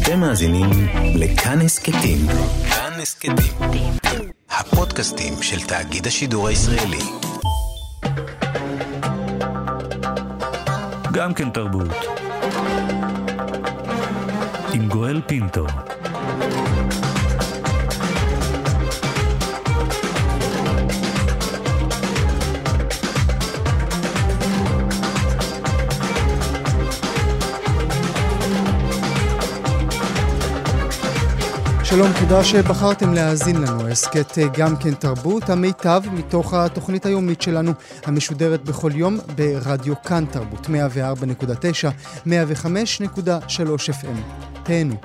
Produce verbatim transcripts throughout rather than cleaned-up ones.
אתם מאזינים לכאן הסכתים. כאן הסכתים. הפודקאסטים של תאגיד השידור הישראלי. גם כן תרבות. עם גואל פינטו. שלום, תודה שבחרתם להאזין לנו. הסכת גם כן תרבות, המיטב מתוך התוכנית היומית שלנו, המשודרת בכל יום ברדיו כאן תרבות, מאה וארבע נקודה תשע, מאה וחמש נקודה שלוש אף אם. תהנו.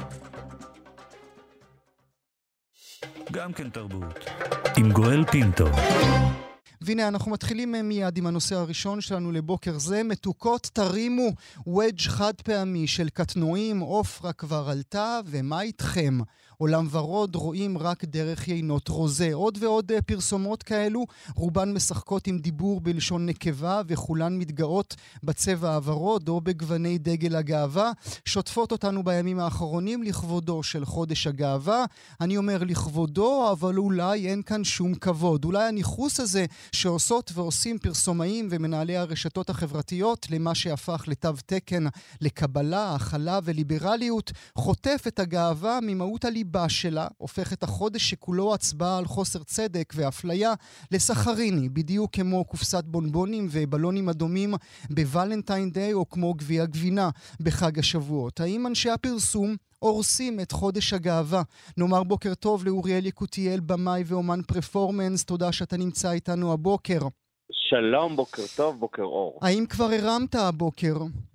גם כן תרבות. עם גואל פינטו. והנה אנחנו מתחילים מיד עם הנושא הראשון שלנו לבוקר זה. מתוקות, תרימו וודג' חד פעמי של קטנועים, אופרה כבר עלתה, ומה איתכם? עולם ורוד רואים רק דרך יינות רוזה. עוד ועוד פרסומות כאלו, רובן משחקות עם דיבור בלשון נקבה, וכולן מתגאות בצבע הוורוד או בגווני דגל הגאווה, שוטפות אותנו בימים האחרונים לכבודו של חודש הגאווה. אני אומר לכבודו, אבל אולי אין כאן שום כבוד. אולי הניחוס הזה שעושות ועושים פרסומאים ומנהלי הרשתות החברתיות למה שהפך לתו תקן לקבלה, הכלה וליברליות, חוטף את הגאווה ממהות הליבה שלה, הופך את החודש שכולו הצבעה על חוסר צדק ואפליה לסחריני, בדיוק כמו קופסת בונבונים ובלונים אדומים בוולנטיין דיי, או כמו גביע גבינה בחג השבועות. האם אנשי הפרסום הורסים את חודש הגאווה? נאמר בוקר טוב לאוריאל יקותיאל, במאי ואומן פרפורמנס, תודה שאתה נמצא איתנו הבוקר. שלום, בוקר טוב, בוקר אור. האם כבר הרמת הבוקר?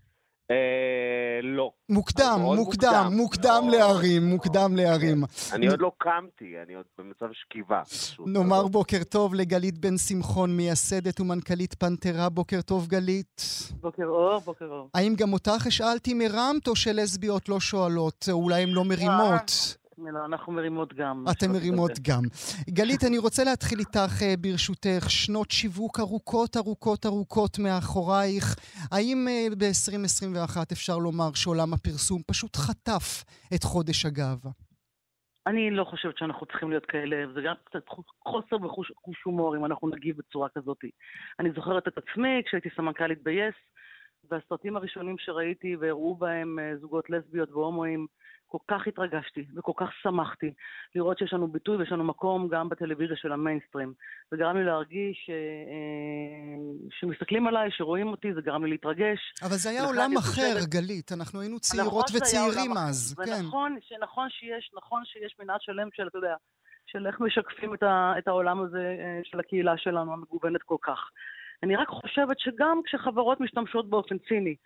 אה, לא. מוקדם, מוקדם, מוקדם להרים, מוקדם להרים. אני עוד לא קמתי, אני עוד במצב שכיבה. נאמר בוקר טוב לגלית בן שמחון, מייסדת ומנכ"לית פנתרה. בוקר טוב גלית. בוקר אור, בוקר אור. האם גם אותך השאלתי מרמת, או שלסביות לא שואלות? אולי הן לא מרימות? לא, אנחנו מרימות גם. אתם מרימות גם. גלית, אני רוצה להתחיל איתך ברשותך. שנות שיווק ארוכות ארוכות ארוכות מאחורייך. האם ב-עשרים עשרים ואחת אפשר לומר שעולם הפרסום פשוט חטף את חודש הגאווה? אני לא חושבת שאנחנו צריכים להיות כאלה, זה גם קצת חוסר בחוש הומור אם אנחנו נגיב בצורה כזאת. אני זוכרת את עצמי כשהייתי סמנכ"לית ב-יס, והסרטים הראשונים שראיתי והראו בהם זוגות לסביות והומואים, כל כך התרגשתי וכל כך שמחתי לראות שיש לנו ביטוי ויש לנו מקום גם בטלוויזיה של המיינסטרים. זה גרם לי להרגיש שמסתכלים עליי, שרואים אותי, זה גרם לי להתרגש. אבל זה היה עולם אחר, גלית. אנחנו היינו צעירות וצעירים אז. ונכון שנכון שיש, נכון שיש מנעד שלם של, אתה יודע, של איך משקפים את העולם הזה של הקהילה שלנו המגוונת כל כך. אני רק חושבת שגם כשחברות משתמשות באופן ציני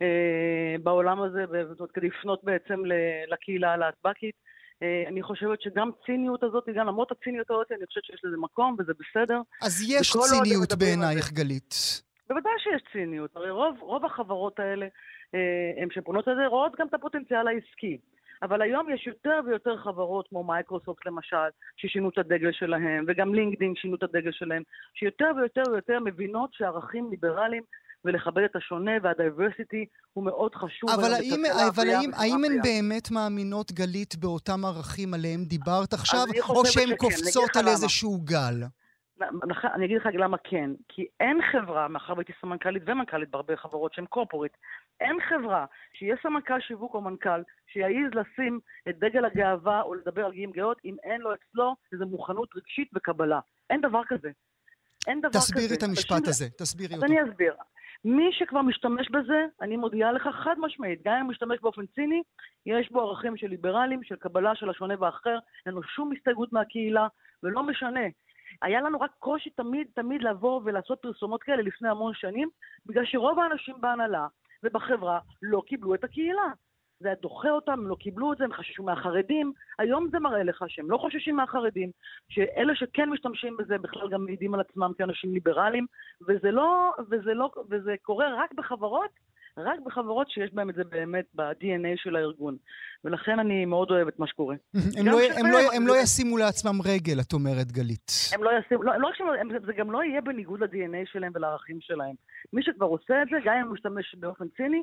בעולם הזה, כדי לפנות בעצם לקהילה הלהטבקית, אני חושבת שגם ציניות הזאת, גם למרות הציניות הזאת, אני חושבת שיש לזה מקום, וזה בסדר. אז יש ציניות בעינייך, גלית? בוודאי שיש ציניות. הרי רוב, רוב החברות האלה, הן שפונות לזה, רואות גם את הפוטנציאל העסקי. אבל היום יש יותר ויותר חברות, כמו מייקרוסופט למשל, ששינו את הדגל שלהם, וגם לינקדין שינו את הדגל שלהם, שיותר ויותר ויותר מבינות שערכים ליברליים, ולכבד את השונה והדייברסיטי הוא מאוד חשוב. אבל האם, אבל האם, האם הן באמת מאמינות, גלית, באותם ערכים עליהם דיברת עכשיו, או שהן קופצות על איזשהו גל? אני אגיד לך למה כן. כי אין חברה, מאחר והייתי סמנכ"לית ומנכ"לית בהרבה חברות שהן קורפורית, אין חברה שיהיה סמנכ"ל שיווק או מנכ"ל שיעיז לשים את דגל הגאווה או לדבר על גאים גאות, אם אין לו אצלו איזו מוכנות רגשית וקבלה. אין דבר כזה. אין דבר כזה. תסבירי את המשפט הזה, תסבירי אותו. אז אני אסביר. מי שכבר משתמש בזה, אני מודיעה לך חד משמעית, גם אם משתמש באופן ציני, יש בו ערכים של ליברלים, של קבלה של השונה ואחר, אין לו שום הסתייגות מהקהילה, ולא משנה. היה לנו רק קושי תמיד תמיד לבוא ולעשות פרסומות כאלה לפני המון שנים, בגלל שרוב האנשים בהנהלה ובחברה לא קיבלו את הקהילה. זה היה דוחה אותם, הם לא קיבלו את זה, הם חששו מהחרדים. היום זה מראה לך שהם לא חוששים מהחרדים, שאלה שכן משתמשים בזה בכלל גם מעידים על עצמם כאנשים ליברליים, וזה לא, וזה לא, וזה קורה רק בחברות, רק בחברות שיש בהם את זה באמת ב-די אן איי של הארגון. ולכן אני מאוד אוהבת מה שקורה. הם לא, הם לא, הם לא ישימו לעצמם רגל, את אומרת גלית. הם לא ישימו, לא, לא, זה גם לא יהיה בניגוד ל-די אן איי שלהם ולערכים שלהם. מי שכבר עושה את זה, גם אם הוא משתמש באופן ציני,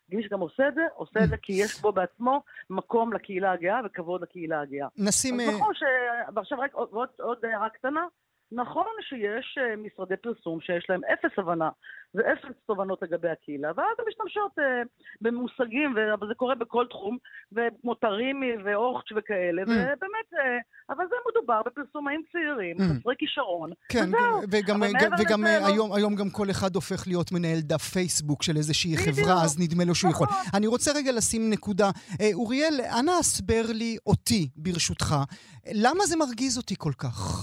מי שגם עושה את זה, עושה את זה כי יש בו בעצמו מקום לקהילה הגאה וכבוד לקהילה הגאה. נשים... אז נכון ש... ועכשיו רק עוד, עוד הערה קטנה, נכון שיש משרדי פרסום שיש להם אפס הבנה ואפס תובנות לגבי הקהילה, ואז הם משתמשות אה, במושגים, אבל זה קורה בכל תחום, ומותרימי ואורץ' וכאלה, mm. ובאמת, אה, אבל זה מדובר בפרסומאים צעירים, mm. חסרי כישרון. כן, וזהו. וגם, גם, וגם לזה, היום, לא... היום גם כל אחד הופך להיות מנהל דף פייסבוק של איזושהי חברה, אז נדמה לו שהוא יכול. אני רוצה רגע לשים נקודה. אה, אוריאל, אנא הסבר לי אותי, ברשותך, למה זה מרגיז אותי כל כך?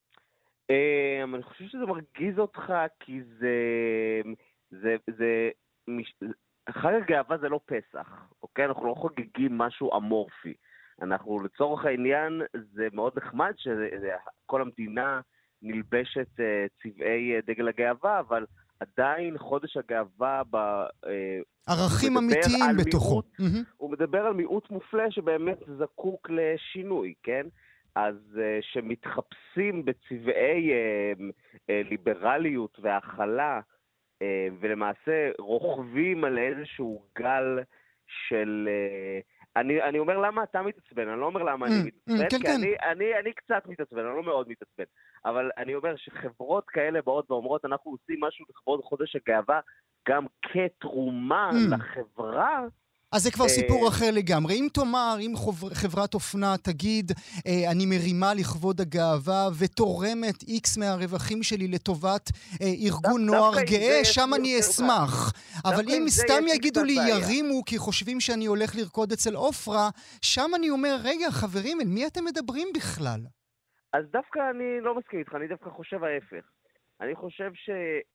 Um, אני חושב שזה מרגיז אותך כי זה, זה, זה, מש... חג הגאווה זה לא פסח, אוקיי? אנחנו לא חוגגים משהו אמורפי. אנחנו לצורך העניין, זה מאוד נחמד שכל המדינה נלבשת uh, צבעי uh, דגל הגאווה, אבל עדיין חודש הגאווה ב... Uh, ערכים אמיתיים בתוכו. מיעוט, mm-hmm. הוא מדבר על מיעוט מופלא שבאמת זקוק לשינוי, כן? אז uh, שמתחפשים בצבעי uh, uh, ליברליות והכלה, uh, ולמעשה רוכבים על איזשהו גל של... Uh, אני, אני אומר למה אתה מתעצבן, אני לא אומר למה mm, אני מתעצבן, mm, כן, כי כן. אני, אני, אני קצת מתעצבן, אני לא מאוד מתעצבן, אבל אני אומר שחברות כאלה באות ואומרות, אנחנו עושים משהו לכבוד חודש הגאווה, גם כתרומה mm. לחברה, אז זה כבר סיפור אחר לגמרי. אם תאמר, אם חברת אופנה תגיד, אני מרימה לכבוד הגאווה ותורמת איקס מהרווחים שלי לטובת ארגון נוער גאה, שם אני אשמח. אבל אם סתם יגידו לי ירימו כי חושבים שאני הולך לרקוד אצל אופרה, שם אני אומר, רגע חברים, אל מי אתם מדברים בכלל? אז דווקא אני לא מסכים איתך, אני דווקא חושב ההפך. אני חושב ש...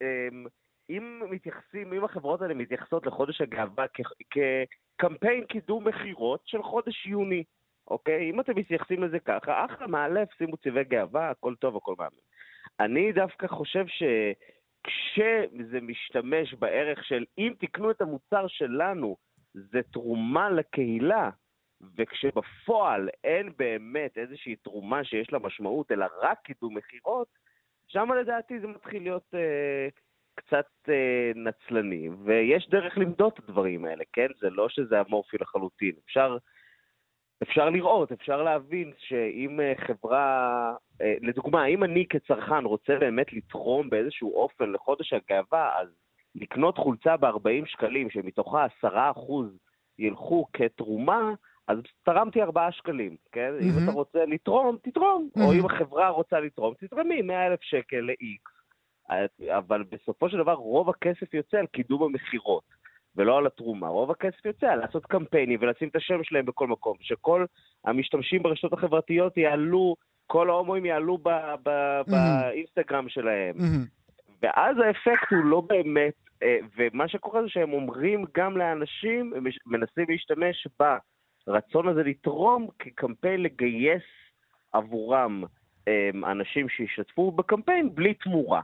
אם מתייחסים, אם החברות האלה מתייחסות לחודש הגאווה כקמפיין קידום מחירות של חודש יוני, אוקיי? אם אתם מתייחסים לזה ככה, אחלה מאלף, שימו צבעי גאווה, הכל טוב, הכל מאמן. אני דווקא חושב שכשזה משתמש בערך של אם תקנו את המוצר שלנו, זה תרומה לקהילה, וכשבפועל אין באמת איזושהי תרומה שיש לה משמעות, אלא רק קידום מחירות, שם לדעתי זה מתחיל להיות... אה, קצת אה, נצלני, ויש דרך למדוד את הדברים האלה, כן? זה לא שזה אמורפי לחלוטין. אפשר, אפשר לראות, אפשר להבין שאם אה, חברה, אה, לדוגמה, אם אני כצרכן רוצה באמת לתרום באיזשהו אופן לחודש הגאווה, אז לקנות חולצה ב-ארבעים שקלים, שמתוכה עשרה אחוז ילכו כתרומה, אז תרמתי ארבעה שקלים, כן? Mm-hmm. אם אתה רוצה לתרום, תתרום. Mm-hmm. או אם החברה רוצה לתרום, תתרמי מאה אלף שקל ל-X. אבל בסופו של דבר רוב הכסף יוצא על קידום המחירות, ולא על התרומה. רוב הכסף יוצא על לעשות קמפיינים ולשים את השם שלהם בכל מקום, שכל המשתמשים ברשתות החברתיות יעלו, כל ההומואים יעלו ב- ב- mm-hmm. באינסטגרם שלהם. Mm-hmm. ואז האפקט הוא לא באמת, ומה שקורה זה שהם אומרים גם לאנשים, הם מנסים להשתמש ברצון הזה לתרום כקמפיין לגייס עבורם אנשים שישתפו בקמפיין בלי תמורה.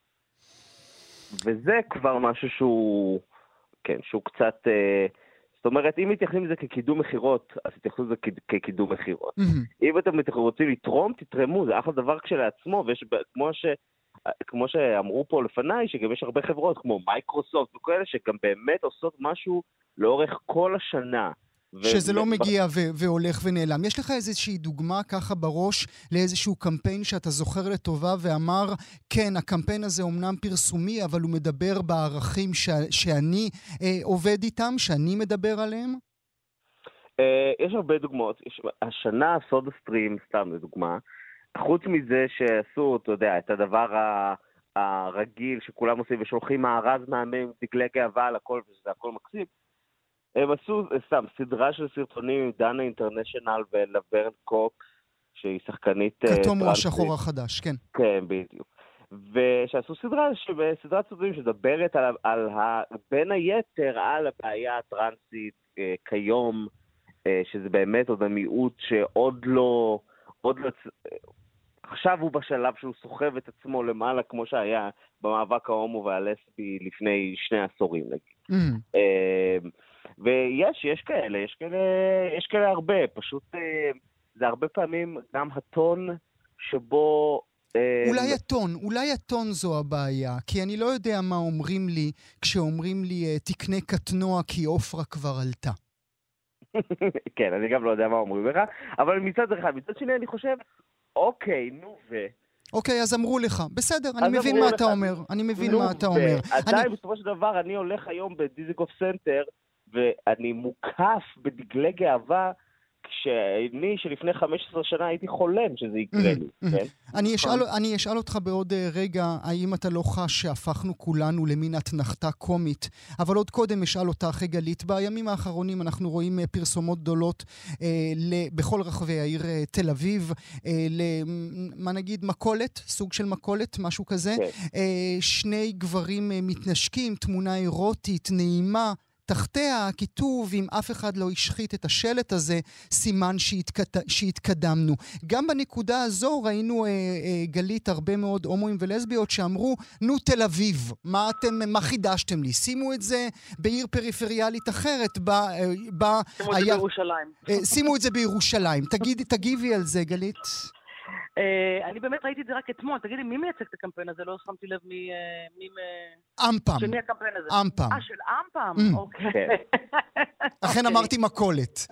וזה כבר משהו שהוא, כן, שהוא קצת, אה, זאת אומרת, אם מתייחסים לזה כקידום מחירות, אז תתייחסו לזה כקידום מחירות. Mm-hmm. אם אתם רוצים לתרום, תתרמו, זה אחלה דבר כשלעצמו, ויש, כמו, ש, כמו שאמרו פה לפניי, שגם יש הרבה חברות, כמו מייקרוסופט וכאלה, שגם באמת עושות משהו לאורך כל השנה. שזה לא מגיע והולך ונעלם. יש לך איזושהי דוגמה ככה בראש לאיזשהו קמפיין שאתה זוכר לטובה ואמר, כן, הקמפיין הזה אומנם פרסומי, אבל הוא מדבר בערכים שאני עובד איתם, שאני מדבר עליהם? יש הרבה דוגמאות. השנה סודה סטרים, סתם לדוגמה, חוץ מזה שעשו, אתה יודע, את הדבר הרגיל שכולם עושים ושולחים מארז מהמם, דגלי גאווה על הכל, וזה הכל מקסים, הם עשו, סתם, סדרה של סרטונים עם דנה אינטרנשיונל ולברן קוק, שהיא שחקנית טרנסית. כתום הוא השחור החדש, כן. כן, בדיוק. ושעשו סדרה, סדרת סרטונים שדברת על, על ה, בין היתר על הבעיה הטרנסית אה, כיום, אה, שזה באמת עוד המיעוט שעוד לא, עוד לא, עכשיו הוא בשלב שהוא סוחב את עצמו למעלה, כמו שהיה במאבק ההומו והלסבי לפני שני עשורים, נגיד. Mm. אה, ויש, יש כאלה, יש כאלה, יש כאלה הרבה, פשוט זה הרבה פעמים גם הטון שבו אולי הטון, אולי הטון זו הבעיה, כי אני לא יודע מה אומרים לי כשאומרים לי תקנה קטנוע כי אופרה כבר עלתה. כן, אני גם לא יודע מה אומרים לך, אבל מצד אחד, מצד שני אני חושב, אוקיי, נו ו... אוקיי, אז אמרו לך. בסדר, אני מבין מה אתה אומר. אני מבין מה אתה אומר. עדיין, בסופו של דבר, אני הולך היום בדיזינגוף סנטר, ואני מוקף בדגלי גאווה, כשאני שלפני חמש עשרה שנה הייתי חולם שזה יקרה לי, כן? אני אשאל, אני אשאל אותך בעוד רגע, האם אתה לא חש שהפכנו כולנו למין אתנחתה קומית, אבל עוד קודם אשאל אותך, גלית, בימים האחרונים אנחנו רואים פרסומות גדולות אה, בכל רחבי העיר תל אביב, אה, למה נגיד, מקולת, סוג של מקולת, משהו כזה, כן. אה, שני גברים מתנשקים, תמונה אירוטית, נעימה, תחתיה הכיתוב, אם אף אחד לא השחית את השלט הזה, סימן שהתקד... שהתקדמנו. גם בנקודה הזו ראינו, אה, אה, גלית, הרבה מאוד הומואים ולסביות שאמרו, נו תל אביב, מה אתם, מה חידשתם לי? שימו את זה בעיר פריפריאלית אחרת, ב... ב... שימו היה... את זה בירושלים. אה, שימו את זה בירושלים. תגיד, תגיבי על זה, גלית. Uh, אני באמת ראיתי את זה רק אתמול. תגידי, מי מייצג את הקמפיין הזה? לא שמתי לב מי... מי אמפם. של מי הקמפיין הזה? אמפם. אה, של אמפם? אוקיי. אכן אמרתי מקולת.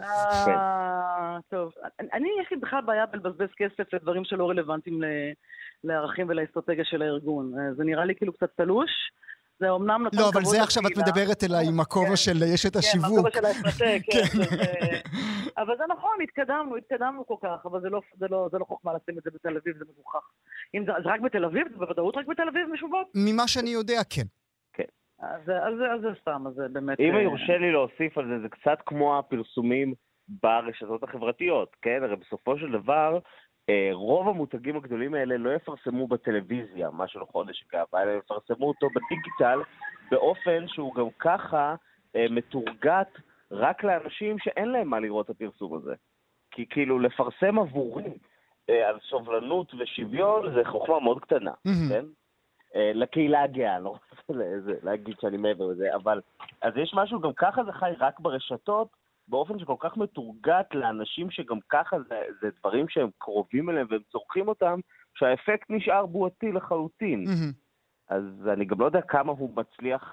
אה, טוב. אני, יש לי בכלל בעיה בלבזבז כסף לדברים שלא רלוונטיים לערכים ולאסטרטגיה של הארגון. זה נראה לי כאילו קצת תלוש. זה אומנם נתן לא, אבל זה עכשיו את מדברת אליי עם הכובע של יש את השיווק. כן, הכובע של האסטרטגיה, כן. אבל זה נכון, התקדמנו, התקדמנו כל כך, אבל זה לא חוכמה לשים את זה בתל אביב, זה מגוחך. אם זה רק בתל אביב, זה בוודאות רק בתל אביב משובות? ממה שאני יודע, כן. כן. אז זה סתם, אז זה באמת... אם יורשה לי להוסיף על זה, זה קצת כמו הפרסומים ברשתות החברתיות, כן? הרי בסופו של דבר, רוב המותגים הגדולים האלה לא יפרסמו בטלוויזיה, משהו לחודש גאווה, אלא יפרסמו אותו בדיגיטל, באופן שהוא גם ככה מתורגת רק לאנשים שאין להם מה לראות את הפרסום הזה. כי כאילו לפרסם עבורי על סובלנות ושוויון זה חוכמה מאוד קטנה, כן? לקהילה הגאה, לא רוצה להגיד שאני מעבר לזה, אבל אז יש משהו, גם ככה זה חי רק ברשתות, באופן שכל כך מתורגת לאנשים שגם ככה זה, זה דברים שהם קרובים אליהם והם צורכים אותם, שהאפקט נשאר בועתי לחלוטין. Mm-hmm. אז אני גם לא יודע כמה הוא מצליח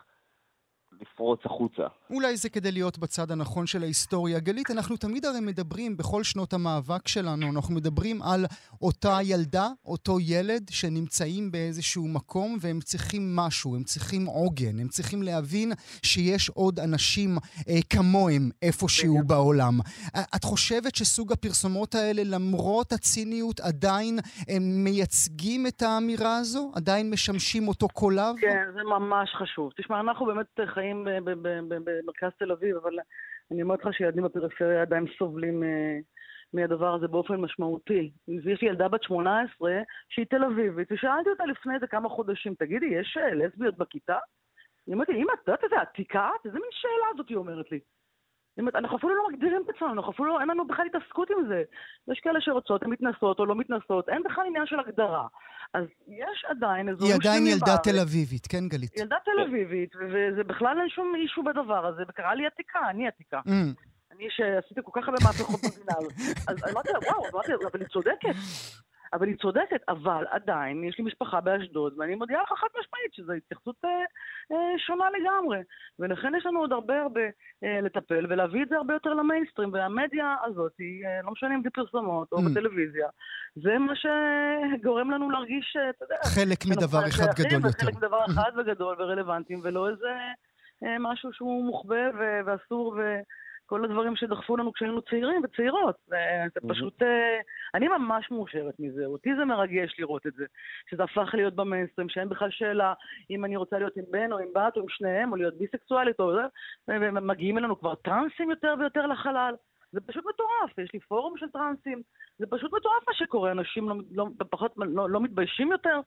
לפרוץ החוצה. אולי זה כדי להיות בצד הנכון של ההיסטוריה. גלית, אנחנו תמיד הרי מדברים, בכל שנות המאבק שלנו, אנחנו מדברים על אותה ילדה, אותו ילד, שנמצאים באיזשהו מקום, והם צריכים משהו, הם צריכים עוגן, הם צריכים להבין שיש עוד אנשים אה, כמוהם איפשהו בעולם. את חושבת שסוג הפרסומות האלה, למרות הציניות, עדיין הם מייצגים את האמירה הזו? עדיין משמשים אותו קולב? כן, זה ממש חשוב. תשמע, אנחנו באמת חיים במרכז תל אביב, אבל אני אומרת לך שילדים בפריפריה עדיין סובלים מהדבר הזה באופן משמעותי. יש לי ילדה בת שמונה עשרה שהיא תל אביבית, ושאלתי אותה לפני איזה כמה חודשים, תגידי, יש לסביות בכיתה? היא אומרת לי, אמא, את יודעת איזה עתיקה? איזה מין שאלה הזאת היא אומרת לי. אנחנו אפילו לא מגדירים את עצמנו, אנחנו אפילו, אין לנו בכלל התעסקות עם זה. יש כאלה שרוצות, הן מתנסות או לא מתנסות, אין בכלל עניין של הגדרה. אז יש עדיין אזורים היא עדיין ילדה בארץ. תל אביבית, כן גלית? ילדה תל אביבית, וזה בכלל אין שום אישו בדבר הזה, וקראה לי עתיקה, אני עתיקה. Mm. אני שעשיתי כל כך הרבה מהפכות במדינה הזאת. אז אמרתי לה, וואו, אמרתי לה, אבל היא צודקת. אבל היא צודקת, אבל עדיין יש לי משפחה באשדוד, ואני מודיעה לך חד משמעית שזו התייחסות אה, אה, שונה לגמרי. ולכן יש לנו עוד הרבה הרבה אה, לטפל, ולהביא את זה הרבה יותר למיינסטרים, והמדיה הזאת, אה, לא משנה אם זה פרסומות או mm. בטלוויזיה, זה מה שגורם לנו להרגיש, אתה יודע... חלק מדבר אחד גדול יותר. חלק מדבר אחד וגדול ורלוונטיים, ולא איזה אה, משהו שהוא מוחבא ו- ואסור ו... כל הדברים שדחפו לנו כשהיינו צעירים וצעירות. זה פשוט... אני ממש מאושרת מזה. אותי זה מרגש לראות את זה. שזה הפך להיות במיינסטרים, שאין בכלל שאלה אם אני רוצה להיות עם בן או עם בת או עם שניהם, או להיות ביסקסואלית או זה, ומגיעים אלינו כבר טרנסים יותר ויותר לחלל. זה פשוט מטורף. יש לי פורום של טרנסים. זה פשוט מטורף מה שקורה. אנשים לא, לא, פחות, לא, לא מתביישים יותר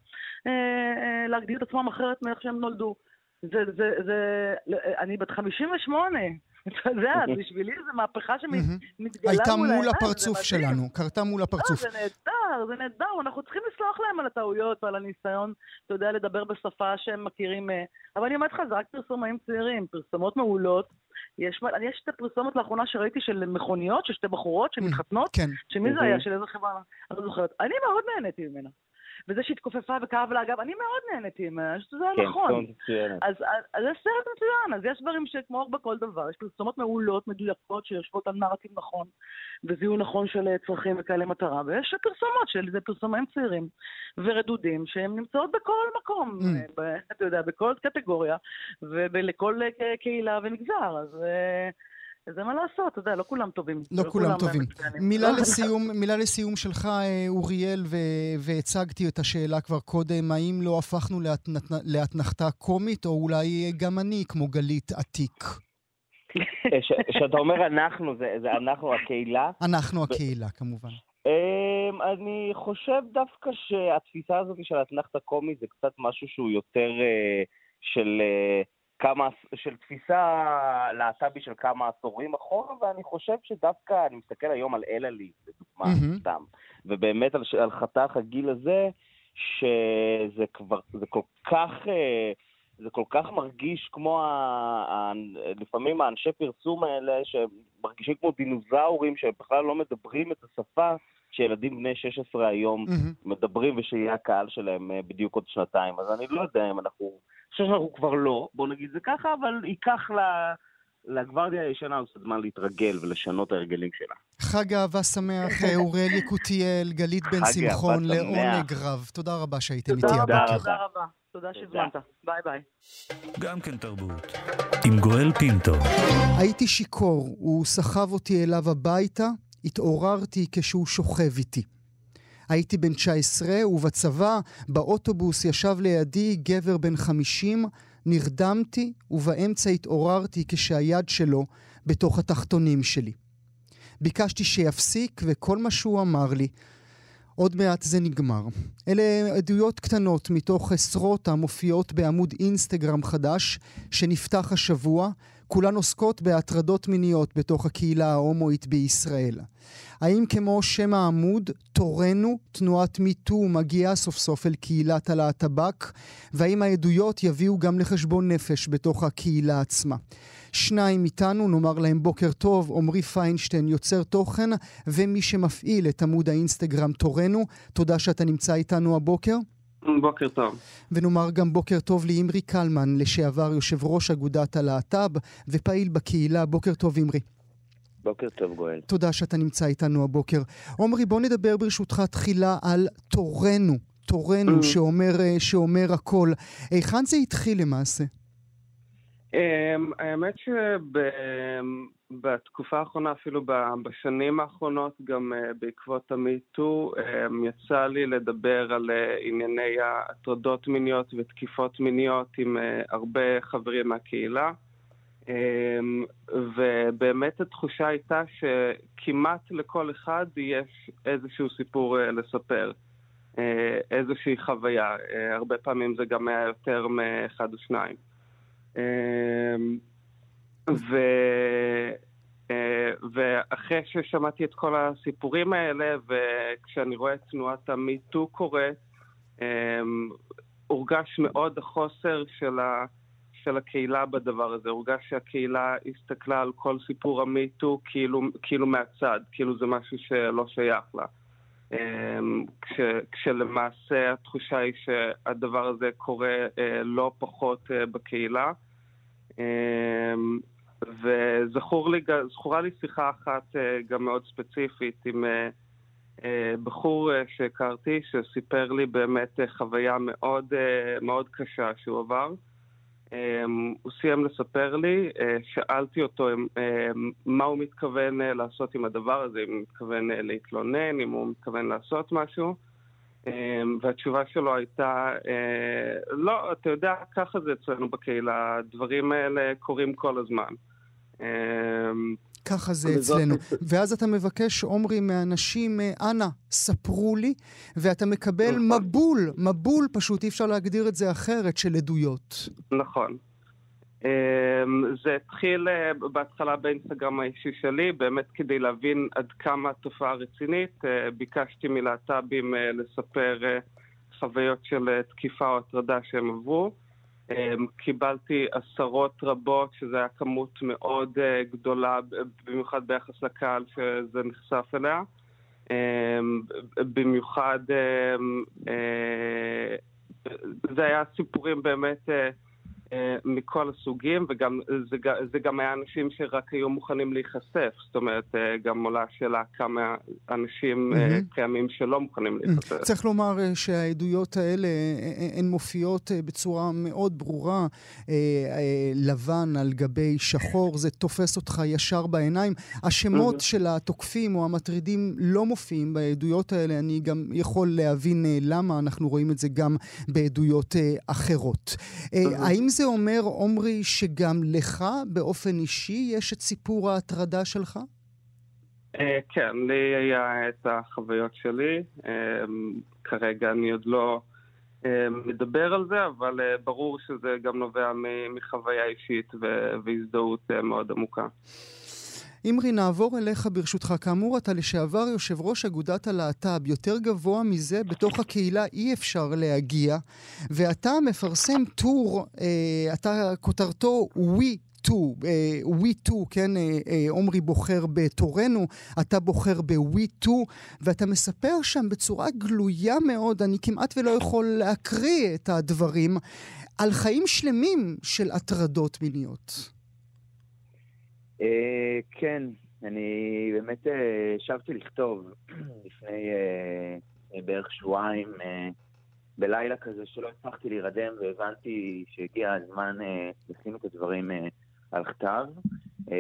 להגדיר את עצמם אחרת מאיך שהם נולדו. זה, זה, זה... אני בת חמישים ושמונה. אתה יודע, בשבילי זה מהפכה שמתגלה מול העיניים. הייתה מול הפרצוף שלנו, קרתה מול הפרצוף. זה נהדר, זה נהדר, אנחנו צריכים לסלוח להם על הטעויות ועל הניסיון, אתה יודע, לדבר בשפה שהם מכירים. אבל אני אומרת לך, זה רק פרסומאים צעירים, פרסומות מעולות. יש את הפרסומת לאחרונה שראיתי של מכוניות, של שתי בחורות שמתחתנות, שמי זה היה, של איזה חברה, אני לא זוכרת. אני מאוד נהניתי ממנה. וזה שהתכופפה וכאב לה, אגב, אני מאוד נהניתי, שזה כן, נכון. כן, אז, אז, אז יש סרט מצוין, אז יש דברים שכמו אור בכל דבר, יש פרסומות מעולות, מדויקות, שיושבות על נרטיב נכון, וזיהו נכון של צרכים וכאלה מטרה, ויש פרסומות של זה פרסומים צעירים ורדודים, שהם נמצאות בכל מקום, mm. ב, אתה יודע, בכל קטגוריה, ולכל קהילה ומגזר, אז... זה מה לעשות, אתה יודע, לא כולם טובים. לא כולם טובים. מילה לסיום, מילה לסיום שלך, אוריאל, והצגתי את השאלה כבר קודם, האם לא הפכנו לאתנחתה קומית, או אולי גם אני, כמו גלית עתיק? שאתה אומר אנחנו, זה אנחנו הקהילה? אנחנו הקהילה, כמובן. אני חושב דווקא שהתפיסה הזאת של האתנחתה קומית זה קצת משהו שהוא יותר של... כמה, של תפיסה להט"בי של כמה עשורים אחורה, ואני חושב שדווקא אני מסתכל היום על אלעלי, לדוגמה, mm-hmm. סתם, ובאמת על, על חתך הגיל הזה, שזה כבר, זה כל כך, זה כל כך מרגיש כמו, ה, ה, לפעמים האנשי פרסום האלה, שמרגישים כמו דינוזאורים, שבכלל לא מדברים את השפה, שילדים בני שש עשרה היום mm-hmm. מדברים, ושיהיה הקהל שלהם בדיוק עוד שנתיים. אז אני לא יודע אם אנחנו... אני חושב שאנחנו כבר לא, בוא נגיד זה ככה, אבל ייקח לגוורדיה הישנה עוד זמן להתרגל ולשנות ההרגלים שלה. חג אהבה שמח, אוריאל יקותיאל, גלית בן שמחון, לעונג רב. תודה רבה שהייתם איתי הבוקר. תודה רבה, תודה שהזמנת. ביי ביי. גם כן תרבות. עם גואל פינטו. הייתי שיקור, הוא סחב אותי אליו הביתה, התעוררתי כשהוא שוכב איתי. הייתי בן תשע עשרה, ובצבא, באוטובוס ישב לידי גבר בן חמישים, נרדמתי, ובאמצע התעוררתי כשהיד שלו בתוך התחתונים שלי. ביקשתי שיפסיק, וכל מה שהוא אמר לי, עוד מעט זה נגמר. אלה עדויות קטנות מתוך עשרות המופיעות בעמוד אינסטגרם חדש, שנפתח השבוע, כולן עוסקות בהטרדות מיניות בתוך הקהילה ההומואית בישראל. האם כמו שם העמוד, תורנו, תנועת מיטו מגיעה סוף סוף אל קהילת הלהט"בק, והאם העדויות יביאו גם לחשבון נפש בתוך הקהילה עצמה? שניים איתנו, נאמר להם בוקר טוב, עומרי פיינשטיין, יוצר תוכן, ומי שמפעיל את עמוד האינסטגרם תורנו. תודה שאתה נמצא איתנו הבוקר. בוקר טוב. ונאמר גם בוקר טוב לאמרי קלמן, לשעבר יושב ראש אגודת הלהט"ב ופעיל בקהילה. בוקר טוב אמרי. בוקר טוב גואל. תודה שאתה נמצא איתנו הבוקר. עומרי, בוא נדבר ברשותך תחילה על תורנו, תורנו שאומר, שאומר הכל. היכן זה התחיל למעשה? האמת שבתקופה האחרונה, אפילו בשנים האחרונות, גם בעקבות המיטו, יצא לי לדבר על ענייני הטרדות מיניות ותקיפות מיניות עם הרבה חברים מהקהילה. ובאמת התחושה הייתה שכמעט לכל אחד יש איזשהו סיפור לספר, איזושהי חוויה. הרבה פעמים זה גם היה יותר מאחד או שניים. ו... ואחרי ששמעתי את כל הסיפורים האלה, וכשאני רואה את תנועת המיטו קורית, הורגש מאוד החוסר של, ה... של הקהילה בדבר הזה. הורגש שהקהילה הסתכלה על כל סיפור המיטו כאילו, כאילו מהצד, כאילו זה משהו שלא שייך לה. כש, כשלמעשה התחושה היא שהדבר הזה קורה לא פחות בקהילה. וזכור לי, זכורה לי שיחה אחת גם מאוד ספציפית עם בחור שהכרתי, שסיפר לי באמת חוויה מאוד, מאוד קשה שהוא עבר. הוא סיים לספר לי, שאלתי אותו מה הוא מתכוון לעשות עם הדבר הזה, אם הוא מתכוון להתלונן, אם הוא מתכוון לעשות משהו, והתשובה שלו הייתה, לא, אתה יודע, ככה זה אצלנו בקהילה, הדברים האלה קורים כל הזמן. ככה זה אצלנו. ואז אתה מבקש, עומרי, מאנשים, אנא, ספרו לי, ואתה מקבל מבול, מבול פשוט, אי אפשר להגדיר את זה אחרת, של עדויות. נכון. זה התחיל בהתחלה באינסטגרם האישי שלי, באמת כדי להבין עד כמה התופעה רצינית. ביקשתי מלהט"בים לספר חוויות של תקיפה או הטרדה שהם עברו. קיבלתי עשרות רבות, שזה היה כמות מאוד גדולה, במיוחד ביחס לקהל שזה נחשף אליה. במיוחד זה היה סיפורים באמת מכל הסוגים, וגם זה, זה גם היה אנשים שרק היו מוכנים להיחשף. זאת אומרת, גם עולה שאלה כמה אנשים mm-hmm. קיימים שלא מוכנים להיחשף. Mm-hmm. צריך לומר שהעדויות האלה הן מופיעות בצורה מאוד ברורה, לבן על גבי שחור, זה תופס אותך ישר בעיניים. השמות mm-hmm. של התוקפים או המטרידים לא מופיעים בעדויות האלה, אני גם יכול להבין למה, אנחנו רואים את זה גם בעדויות אחרות. Mm-hmm. האם זה אומר, עומרי, שגם לך באופן אישי יש את סיפור ההטרדה שלך? כן, לי היה את החוויות שלי. כרגע אני עוד לא מדבר על זה, אבל ברור שזה גם נובע מחוויה אישית והזדהות מאוד עמוקה. אמרי, נעבור אליך ברשותך. כאמור, אתה לשעבר יושב ראש אגודת הלהט"ב. יותר גבוה מזה, בתוך הקהילה אי אפשר להגיע, ואתה מפרסם טור, אה, אתה כותרתו We Too, אה, We Too, כן, אה, אה, עומרי בוחר בתורנו, אתה בוחר ב-We Too, ואתה מספר שם בצורה גלויה מאוד, אני כמעט ולא יכול להקריא את הדברים, על חיים שלמים של הטרדות מיניות. Uh, כן, אני באמת uh, שבתי לכתוב לפני uh, uh, בערך שבועיים uh, בלילה כזה שלא הצלחתי להירדם, והבנתי שהגיע הזמן uh, לשים את הדברים uh, על כתב. Uh,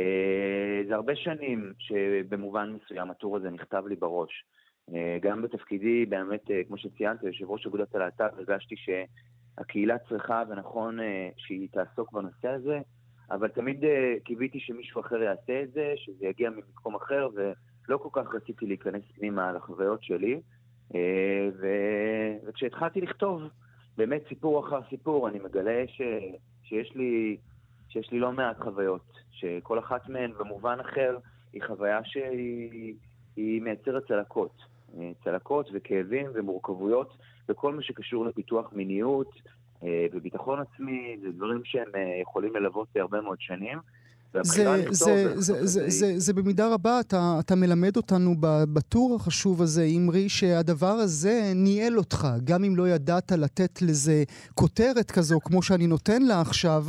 זה הרבה שנים שבמובן מסוים הטור הזה נכתב לי בראש. Uh, גם בתפקידי, באמת, uh, כמו שציינת, יושב ראש אגודת הלהט"ב, הרגשתי שהקהילה צריכה ונכון uh, שהיא תעסוק בנושא הזה, אבל תמיד uh, קיוויתי שמישהו אחר יעשה את זה, שזה יגיע ממקום אחר, ולא כל כך רציתי להיכנס פנימה לחוויות שלי. Uh, ו... וכשהתחלתי לכתוב, באמת סיפור אחר סיפור, אני מגלה ש... שיש לי... שיש לי לא מעט חוויות, שכל אחת מהן במובן אחר היא חוויה שהיא היא מייצרת צלקות. צלקות וכאבים ומורכבויות, וכל מה שקשור לפיתוח מיניות, וביטחון עצמי, זה דברים שהם יכולים ללוות הרבה מאוד שנים. זה, זה, זה, זה, זה, זה במידה רבה, אתה, אתה מלמד אותנו בטור החשוב הזה, אמרי, שהדבר הזה ניהל אותך, גם אם לא ידעת לתת לזה כותרת כזו, כמו שאני נותן לה עכשיו,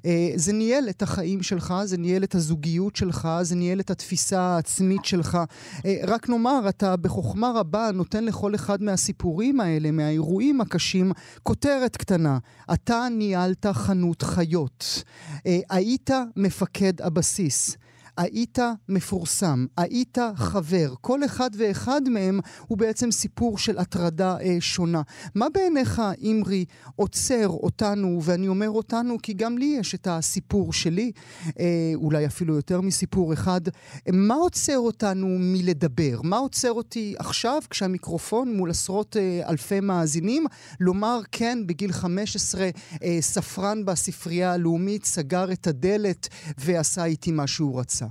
זה ניהל את החיים שלך, זה ניהל את הזוגיות שלך, זה ניהל את התפיסה העצמית שלך. רק נאמר, אתה בחוכמה רבה נותן לכל אחד מהסיפורים האלה, מהאירועים הקשים, כותרת קטנה. אתה ניהלת חנות חיות. היית מפקד הבסיס, היית מפורסם, היית חבר, כל אחד ואחד מהם הוא בעצם סיפור של הטרדה אה, שונה. מה בעיניך, אמרי, עוצר אותנו, ואני אומר אותנו כי גם לי יש את הסיפור שלי, אה, אולי אפילו יותר מסיפור אחד, מה עוצר אותנו מלדבר? מה עוצר אותי עכשיו כשהמיקרופון מול עשרות אה, אלפי מאזינים, לומר כן, בגיל חמש עשרה אה, ספרן בספרייה הלאומית סגר את הדלת ועשה איתי מה שהוא רצה?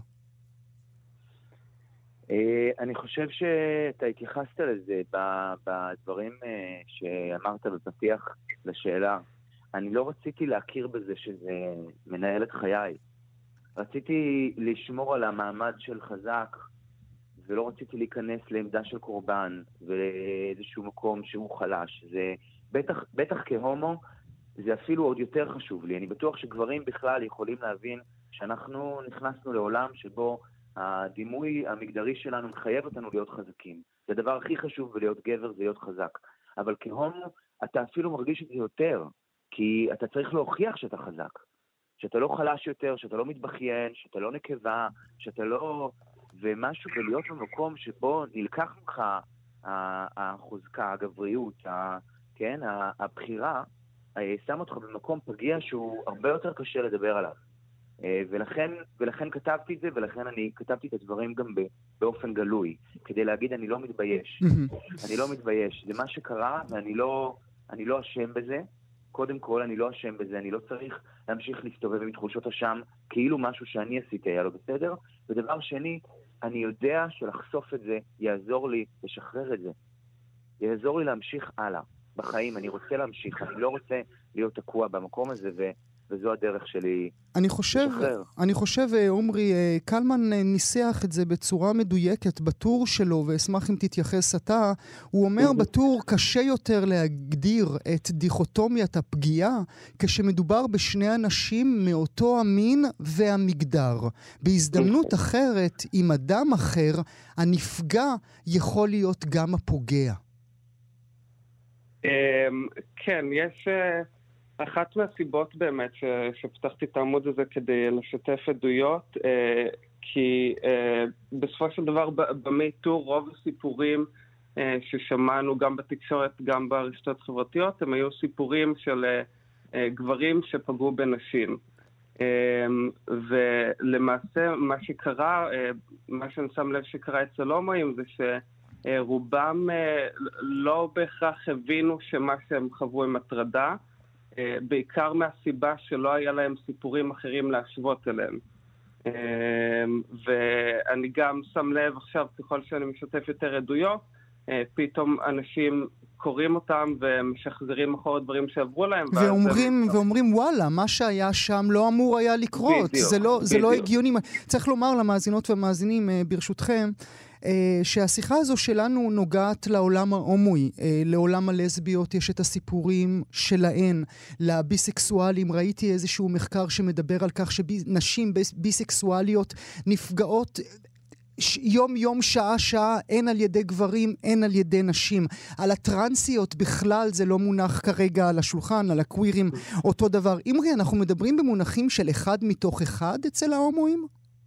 אני חושב שאתה התייחסת לזה בדברים שאמרת בפתיח לשאלה. אני לא רציתי להכיר בזה שזה מנהל את חיי. רציתי לשמור על המעמד של חזק, ולא רציתי להיכנס לעמדה של קורבן ולאיזשהו מקום שהוא חלש. זה בטח, בטח כהומו, זה אפילו עוד יותר חשוב לי. אני בטוח שגברים בכלל יכולים להבין שאנחנו נכנסנו לעולם שבו הדימוי המגדרי שלנו מחייב אותנו להיות חזקים. זה הדבר הכי חשוב בלהיות גבר, זה להיות חזק. אבל כהומו, אתה אפילו מרגיש את זה יותר, כי אתה צריך להוכיח שאתה חזק. שאתה לא חלש יותר, שאתה לא מתבכיין, שאתה לא נקבה, שאתה לא... ומשהו בלהיות במקום שבו נלקח ממך החוזקה, הגבריות, ה... כן, הבחירה, שם אותך במקום פגיע שהוא הרבה יותר קשה לדבר עליו. ולכן, ולכן כתבתי את זה, ולכן אני כתבתי את הדברים גם באופן גלוי, כדי להגיד אני לא מתבייש. אני לא מתבייש. זה מה שקרה, ואני לא, אני לא אשם בזה. קודם כל, אני לא אשם בזה. אני לא צריך להמשיך להסתובב עם תחושות אשם, כאילו משהו שאני עשיתי היה לא בסדר. ודבר שני, אני יודע שלחשוף את זה יעזור לי לשחרר את זה. יעזור לי להמשיך הלאה בחיים. אני רוצה להמשיך. אני לא רוצה להיות תקוע במקום הזה, ו... וזו הדרך שלי. אני חושב, אני חושב, עומרי, קלמן ניסח את זה בצורה מדויקת בטור שלו, ואשמח אם תתייחס אתה. הוא אומר בטור, קשה יותר להגדיר את דיכוטומיית הפגיעה, כשמדובר בשני אנשים מאותו המין והמגדר. בהזדמנות אחרת, עם אדם אחר, הנפגע יכול להיות גם הפוגע. כן, יש... אחת מהסיבות באמת שפתחתי את העמוד הזה כדי לשתף עדויות, כי בסופו של דבר במיטו רוב הסיפורים ששמענו גם בתקשורת, גם ברשתות חברתיות, הם היו סיפורים של גברים שפגעו בנשים. ולמעשה מה שקרה, מה שאני שם לב שקרה אצל הומואים זה שרובם לא בהכרח הבינו שמה שהם חוו עם הטרדה, בעיקר מהסיבה שלא היה להם סיפורים אחרים להשוות אליהם. ואני גם שם לב עכשיו, ככל שאני משתף יותר עדויות, פתאום אנשים קוראים אותם ומשחזרים אחורה דברים שעברו להם. ואומרים, ואומרים, וואלה, מה שהיה שם לא אמור היה לקרות. בדיוק, זה לא, זה לא הגיוני. צריך לומר למאזינות ומאזינים, ברשותכם, שהשיחה הזו שלנו נוגעת לעולם ההומואי, לעולם הלסביות יש את הסיפורים שלהן, לביסקסואלים. ראיתי איזשהו מחקר שמדבר על כך שנשים ביסקסואליות נפגעות יום יום, שעה שעה, אין על ידי גברים, אין על ידי נשים. על הטרנסיות בכלל זה לא מונח כרגע על השולחן, על הקווירים אותו דבר. אמרי, אנחנו מדברים במונחים של אחד מתוך אחד אצל ההומואים?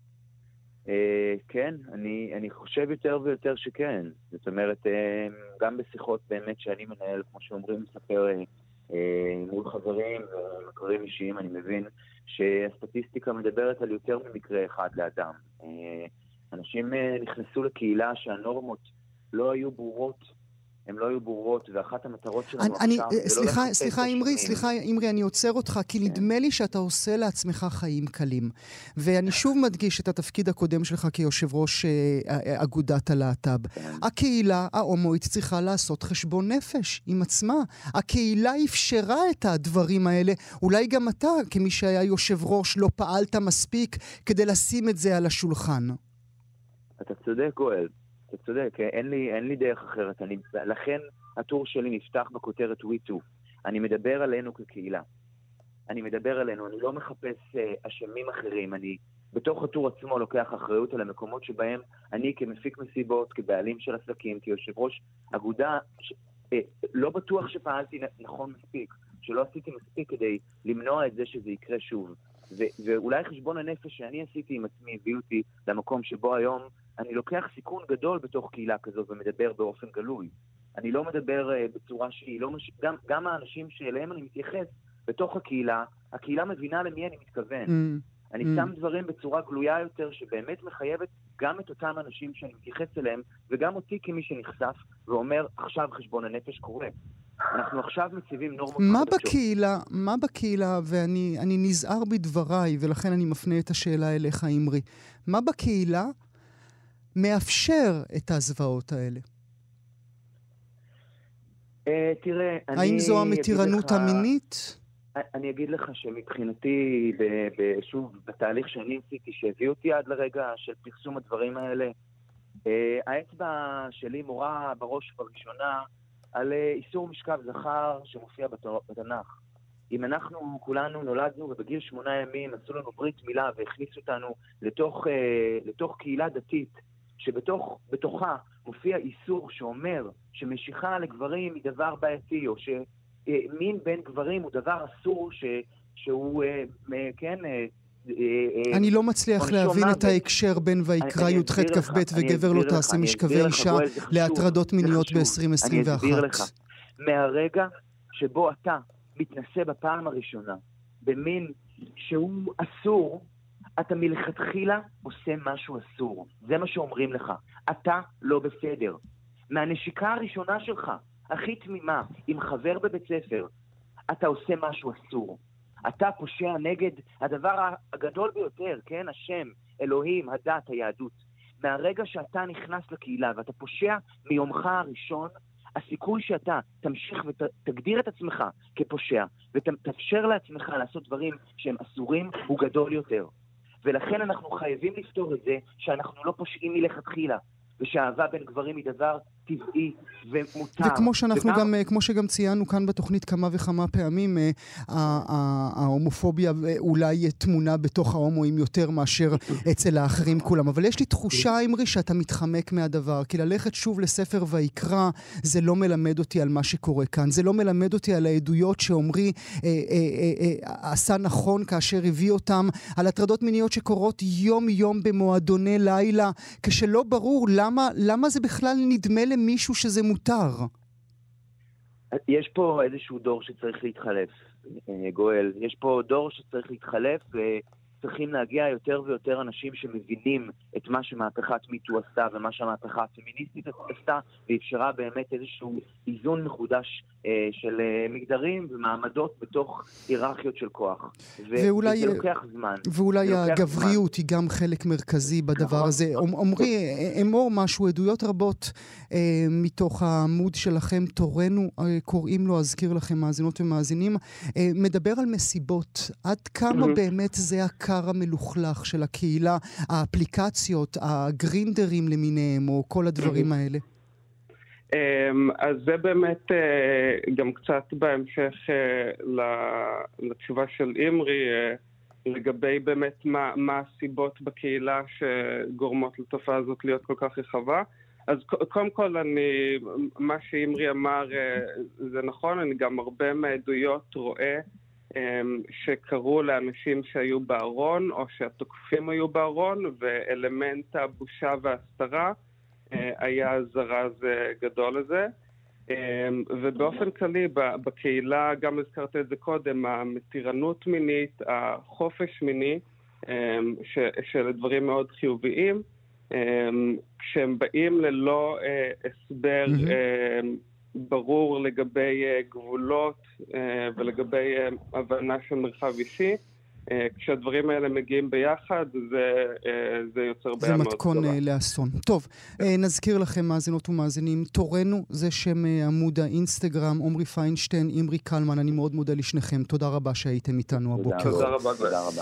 כן, אני, אני חושב יותר ויותר שכן. זאת אומרת, גם בשיחות באמת שאני מנהל, כמו שאומרים, מספר מול חברים ומכרים אישיים, אני מבין שהסטטיסטיקה מדברת על יותר ממקרה אחד לאדם. אנשים נכנסו לקהילה שהנורמות לא היו ברורות, הן לא היו ברורות, ואחת המטרות שלנו אני, עכשיו... סליחה, לא סליחה, אמרי, סליחה, אמרי, אני עוצר אותך, כי כן. נדמה לי שאתה עושה לעצמך חיים קלים. ואני שוב מדגיש את התפקיד הקודם שלך כיושב ראש אה, אגודת הלהט"ב. כן. הקהילה ההומואית צריכה לעשות חשבון נפש עם עצמה. הקהילה אפשרה את הדברים האלה. אולי גם אתה, כמי שהיה יושב ראש, לא פעלת מספיק כדי לשים את זה על השולחן. אתה צודק, גואל. אתה צודק, אין לי, אין לי דרך אחרת. אני, לכן הטור שלי נפתח בכותרת We Too. אני מדבר עלינו כקהילה. אני מדבר עלינו, אני לא מחפש uh, אשמים אחרים. אני בתוך הטור עצמו לוקח אחריות על המקומות שבהם אני כמפיק מסיבות, כבעלים של עסקים, כיושב ראש אגודה, ש, uh, לא בטוח שפעלתי נכון מספיק, שלא עשיתי מספיק כדי למנוע את זה שזה יקרה שוב. ו- ואולי חשבון הנפש שאני עשיתי עם עצמי הביא אותי למקום שבו היום אני לוקח סיכון גדול בתוך קהילה כזאת ומדבר באופן גלוי. אני לא מדבר uh, בצורה שהיא לא... מש... גם, גם האנשים שאליהם אני מתייחס בתוך הקהילה, הקהילה מבינה למי אני מתכוון. Mm. אני mm. שם דברים בצורה גלויה יותר שבאמת מחייבת גם את אותם אנשים שאני מתייחס אליהם, וגם אותי כמי שנחשף ואומר, עכשיו חשבון הנפש קורה. אנחנו עכשיו מציבים נורמות מה בקהילה, מה בקהילה, ואני אני נזהר בדבריי, ולכן אני מפנה את השאלה אליך, אמרי. מה בקהילה מאפשר את הזוועות האלה? Uh, תראה, אני... האם זו המתירנות לך, המינית? אני אגיד לך שמבחינתי, ב, ב, שוב, בתהליך שאני עשיתי, שהביא אותי עד לרגע של פרסום הדברים האלה, uh, האצבע שלי מורה בראש בראשונה, על איסור משכב זכר שמופיע בתנ"ך. אם אנחנו כולנו נולדנו ובגיל שמונה ימים עשו לנו ברית מילה והכניסו אותנו לתוך, לתוך קהילה דתית, שבתוכה מופיע איסור שאומר שמשיכה לגברים היא דבר בעייתי, או שמין בין גברים הוא דבר אסור ש, שהוא, כן... אני לא מצליח להבין את ההקשר בין ויקרא י"ח כ"ב וגבר לא תעשה משכבי אישה להטרדות מיניות ב-עשרים עשרים ואחת. אני אסביר לך. מהרגע שבו אתה מתנסה בפעם הראשונה במין שהוא אסור, אתה מלכתחילה עושה משהו אסור. זה מה שאומרים לך. אתה לא בסדר. מהנשיקה הראשונה שלך, הכי תמימה, עם חבר בבית ספר, אתה עושה משהו אסור. אתה פושע נגד הדבר הגדול ביותר, כן? השם, אלוהים, הדת, היהדות. מהרגע שאתה נכנס לקהילה ואתה פושע מיומך הראשון, הסיכוי שאתה תמשיך ותגדיר את עצמך כפושע, ותאפשר לעצמך לעשות דברים שהם אסורים, הוא גדול יותר. ולכן אנחנו חייבים לפתור את זה שאנחנו לא פושעים מלכתחילה, ושאהבה בין גברים היא דבר טבעי ומותר. וכמו שאנחנו וגם... גם, כמו שגם ציינו כאן בתוכנית כמה וכמה פעמים, ההומופוביה אולי תמונה בתוך ההומואים יותר מאשר אצל האחרים כולם. אבל יש לי תחושה, אמרי, שאתה מתחמק מהדבר, כי ללכת שוב לספר ויקרא, זה לא מלמד אותי על מה שקורה כאן. זה לא מלמד אותי על העדויות שאומרי עשה נכון כאשר הביא אותם, על הטרדות מיניות שקורות יום יום במועדוני לילה, כשלא ברור למה, למה זה בכלל נדמה למישהו שזה מותר. יש פה איזשהו דור שצריך להתחלף, גואל. יש פה דור שצריך להתחלף, וצריכים להגיע יותר ויותר אנשים שמבינים את מה שמהפכת מיטו עשתה, ומה שהמהפכה הפמיניסטית עשתה, ואפשרה באמת איזשהו איזון מחודש אה, של אה, מגדרים ומעמדות בתוך היררכיות של כוח. ואולי, וזה לוקח זמן. ואולי לוקח הגבריות זמן. היא גם חלק מרכזי בדבר הזה. אומרי, אמור משהו, עדויות רבות אה, מתוך העמוד שלכם, תורנו, אה, קוראים לו, אזכיר לכם מאזינות ומאזינים, אה, מדבר על מסיבות. עד כמה באמת זה הקר המלוכלך של הקהילה, האפליקציות, הגרינדרים למיניהם, או כל הדברים האלה? אז זה באמת גם קצת בהמשך לתשובה של אמרי, לגבי באמת מה, מה הסיבות בקהילה שגורמות לתופעה הזאת להיות כל כך רחבה. אז קודם כל, אני, מה שאמרי אמר זה נכון, אני גם הרבה מהעדויות רואה שקראו לאנשים שהיו בארון, או שהתוקפים היו בארון, ואלמנט הבושה והסתרה היה זרז גדול לזה. ובאופן כללי, בקהילה, גם הזכרת את זה קודם, המתירנות מינית, החופש מיני, של דברים מאוד חיוביים, כשהם באים ללא הסבר ברור לגבי גבולות ולגבי הבנה של מרחב אישי, כשהדברים האלה מגיעים ביחד, זה, זה יוצר בעיה מאוד גדולה. זה מתכון לאסון. טוב, נזכיר לכם, מאזינות ומאזינים, תורנו, זה שם עמוד האינסטגרם, עומרי פיינשטיין, אמרי קלמן, אני מאוד מודה לשניכם. תודה רבה שהייתם איתנו הבוקר. תודה רבה. תודה רבה.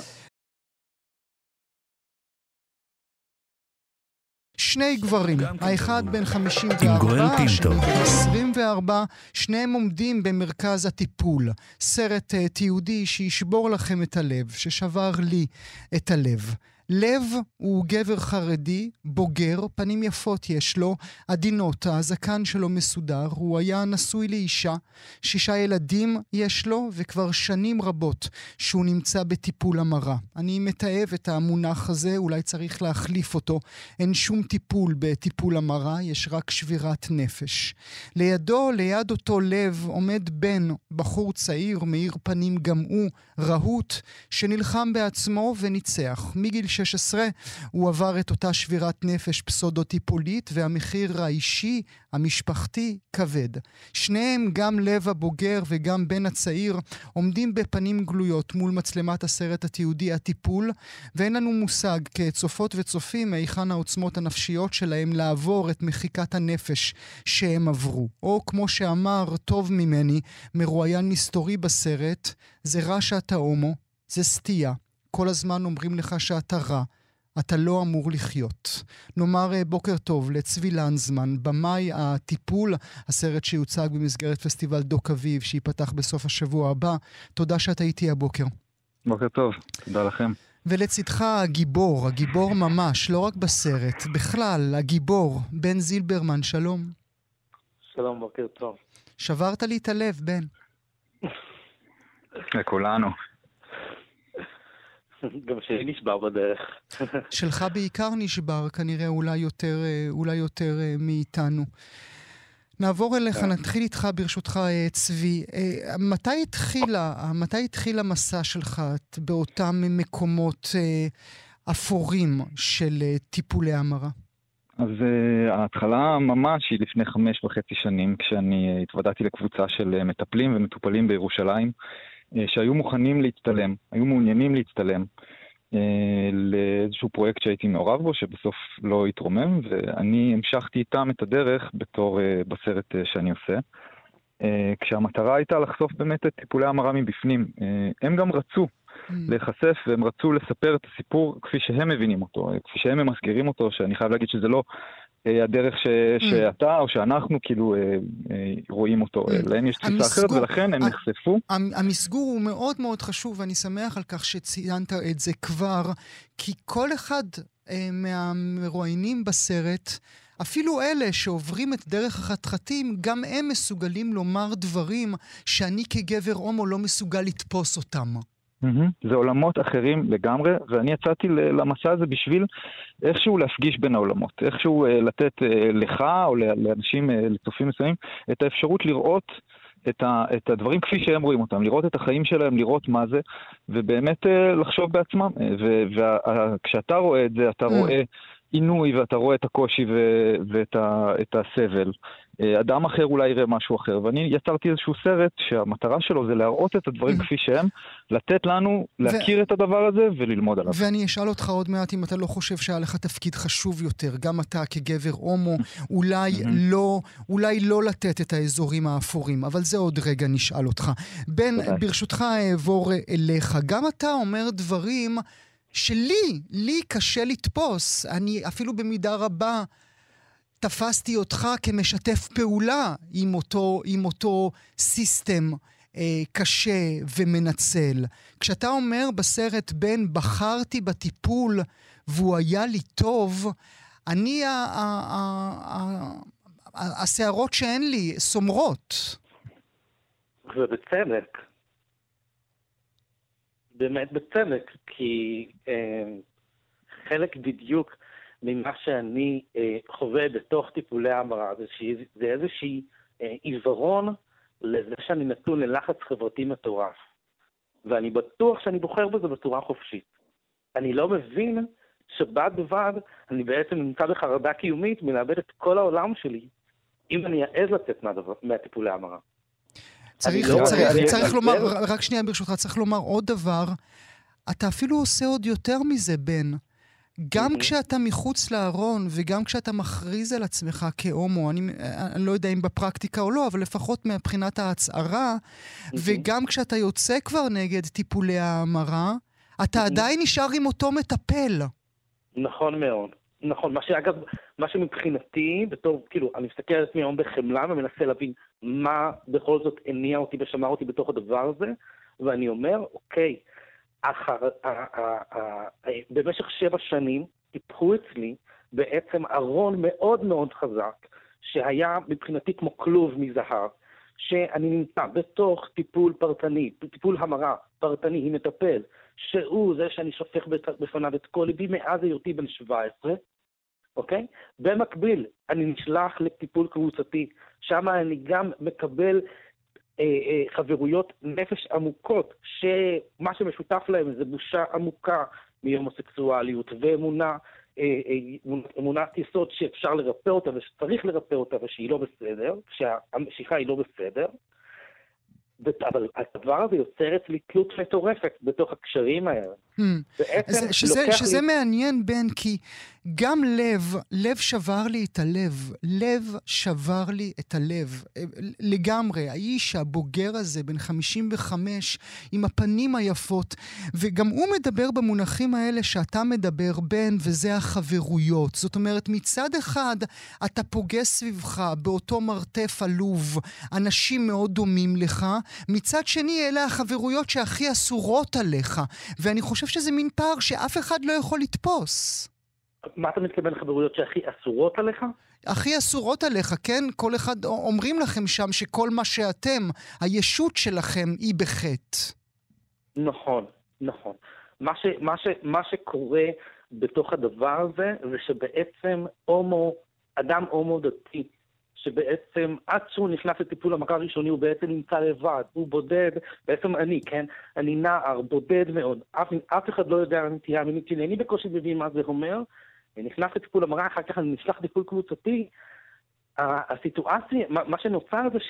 שני גברים, האחד בן חמישים וארבע, השני בן עשרים וארבע, שניהם עומדים במרכז הטיפול. סרט תיעודי שישבור לכם את הלב, ששבר לי את הלב. לב הוא גבר חרדי, בוגר, פנים יפות יש לו, עדינות, הזקן שלו מסודר, הוא היה נשוי לאישה, שישה ילדים יש לו, וכבר שנים רבות שהוא נמצא בטיפול המרה. אני מתאהב את המונח הזה, אולי צריך להחליף אותו. אין שום טיפול בטיפול המרה, יש רק שבירת נפש. לידו, ליד אותו לב, עומד בן, בחור צעיר, מאיר פנים גם הוא, רהוט, שנלחם בעצמו וניצח. מגיל שש עשרה הוא עבר את אותה שבירת נפש פסודו-טיפולית, והמחיר האישי, המשפחתי, כבד. שניהם, גם לב הבוגר וגם בן הצעיר, עומדים בפנים גלויות מול מצלמת הסרט התיעודי הטיפול, ואין לנו מושג כצופות וצופים היכן העוצמות הנפשיות שלהם לעבור את מחיקת הנפש שהם עברו. או כמו שאמר טוב ממני, מרואיין מסתורי בסרט, זה רע שאתה הומו, זה סטייה. כל הזמן אומרים לך שאתה רע, אתה לא אמור לחיות. נאמר בוקר טוב לצבי לנזמן, במאי הטיפול, הסרט שיוצג במסגרת פסטיבל דוק אביב, שיפתח בסוף השבוע הבא. תודה שאתה איתי הבוקר. בוקר טוב, תודה לכם. ולצדך הגיבור, הגיבור ממש, לא רק בסרט, בכלל, הגיבור, בן זילברמן, שלום. שלום, בוקר טוב. שברת לי את הלב, בן. לכולנו. גם שלי נשבר בדרך. שלך בעיקר נשבר, כנראה אולי יותר, אולי יותר מאיתנו. נעבור אליך, נתחיל איתך ברשותך, צבי. מתי התחילה, מתי התחיל המסע שלך באותם מקומות אפורים של טיפולי המרה? אז uh, ההתחלה ממש היא לפני חמש וחצי שנים, כשאני uh, התוודעתי לקבוצה של uh, מטפלים ומטופלים בירושלים, uh, שהיו מוכנים להצטלם, היו מעוניינים להצטלם, לאיזשהו פרויקט שהייתי מעורב בו, שבסוף לא התרומם, ואני המשכתי איתם את הדרך בתור בסרט שאני עושה. כשהמטרה הייתה לחשוף באמת את טיפולי המרה מבפנים. הם גם רצו להיחשף, והם רצו לספר את הסיפור כפי שהם מבינים אותו, כפי שהם ממזכירים אותו, שאני חייב להגיד שזה לא הדרך ש, שאתה או שאנחנו כאילו רואים אותו, להם יש תפיסה אחרת, ולכן הם נחשפו. המסגור הוא מאוד מאוד חשוב, ואני שמח על כך שציינת את זה כבר, כי כל אחד מהמרואיינים בסרט, אפילו אלה שעוברים את דרך החתחתים, גם הם מסוגלים לומר דברים שאני כגבר הומו לא מסוגל לתפוס אותם. זה עולמות אחרים לגמרי, ואני יצאתי למסע הזה בשביל איכשהו להפגיש בין העולמות, איכשהו לתת לך או לאנשים, לצופים מסוימים, את האפשרות לראות את, ה, את הדברים כפי שהם רואים אותם, לראות את החיים שלהם, לראות מה זה, ובאמת לחשוב בעצמם. וכשאתה רואה את זה, אתה רואה עינוי, ואתה רואה את הקושי ו- ואת ה- את הסבל. אדם אחר אולי יראה משהו אחר, ואני יצרתי איזשהו סרט שהמטרה שלו זה להראות את הדברים כפי שהם, לתת לנו להכיר ו- את הדבר הזה וללמוד עליו. ואני אשאל אותך עוד מעט אם אתה לא חושב שהיה לך תפקיד חשוב יותר, גם אתה כגבר הומו, אולי לא, אולי לא לתת את האזורים האפורים, אבל זה עוד רגע נשאל אותך. בן, ברשותך אעבור אליך, גם אתה אומר דברים שלי, לי קשה לתפוס. אני אפילו במידה רבה תפסתי אותך כמשתף פעולה עם אותו, עם אותו סיסטם אה, קשה ומנצל. כשאתה אומר בסרט בן, בחרתי בטיפול והוא היה לי טוב, אני, השערות שאין לי, סומרות. ובצדק. באמת בצדק, כי אה, חלק בדיוק ממה שאני אה, חווה בתוך טיפולי ההמרה, זה, זה איזושהי אה, עיוורון לזה שאני נתון ללחץ חברתי מטורף. ואני בטוח שאני בוחר בזה בצורה חופשית. אני לא מבין שבד בבד אני בעצם נמצא בחרדה קיומית מלאבד את כל העולם שלי, אם אני אעז לצאת מהדבר, מהטיפולי ההמרה. צריך, לא צריך, אני צריך אני לומר, אני... רק שנייה ברשותך, צריך לומר עוד דבר, אתה אפילו עושה עוד יותר מזה, בן. גם כשאתה מחוץ לארון, וגם כשאתה מכריז על עצמך כהומו, אני, אני לא יודע אם בפרקטיקה או לא, אבל לפחות מבחינת ההצערה, וגם כשאתה יוצא כבר נגד טיפולי ההמרה, אתה עדיין נשאר עם אותו מטפל. נכון מאוד. נכון, מה שאגב, מה שמבחינתי, בתור, כאילו, אני מסתכל על עצמי היום בחמלה, ומנסה להבין מה בכל זאת הניע אותי ושמר אותי בתוך הדבר הזה, ואני אומר, אוקיי, אחר, במשך שבע שנים טיפחו אצלי בעצם ארון מאוד מאוד חזק, שהיה מבחינתי כמו כלוב מזהב, שאני נמצא בתוך טיפול פרטני, טיפול המרה פרטני, היא מטפל, שהוא זה שאני שופך בפניו את כל ליבי מאז היותי בן שבע עשרה, אוקיי? במקביל, אני נשלח לטיפול קבוצתי, שם אני גם מקבל אה, אה, חברויות נפש עמוקות, שמה שמשותף להם זה בושה עמוקה מהומוסקסואליות, ואמונה, אה, אה, אמונת יסוד שאפשר לרפא אותה ושצריך לרפא אותה ושהיא לא בסדר, שהמשיכה היא לא בסדר, אבל הדבר הזה יוצר אצלי תלות מטורפת בתוך הקשרים האלה. שזה, שזה לי... מעניין בן, כי גם לב, לב שבר לי את הלב, לב שבר לי את הלב, לגמרי, האיש הבוגר הזה, בן חמישים וחמש, עם הפנים היפות, וגם הוא מדבר במונחים האלה שאתה מדבר בן, וזה החברויות. זאת אומרת, מצד אחד, אתה פוגש סביבך באותו מרתף עלוב, אנשים מאוד דומים לך, מצד שני, אלה החברויות שהכי אסורות עליך, ואני חושב שזה מין פער שאף אחד לא יכול לתפוס. מה אתה מתכוון חברויות שהכי אסורות עליך? הכי אסורות עליך, כן? כל אחד אומרים לכם שם שכל מה שאתם, הישות שלכם היא בחטא. נכון, נכון. מה, ש, מה, ש, מה שקורה בתוך הדבר הזה, זה שבעצם הומו, אדם הומו דתי, שבעצם עד שהוא נכנס לטיפול המכה הראשוני, הוא בעצם נמצא לבד, הוא בודד, בעצם אני, כן? אני נער, בודד מאוד, אף, אף אחד לא יודע הנטייה המינית שלי, אני בקושי מבין מה זה אומר, אני נכנס לטיפול המכה, אחר כך אני נשלח לטיפול קבוצתי, הסיטואציה, מה, מה שנוצר זה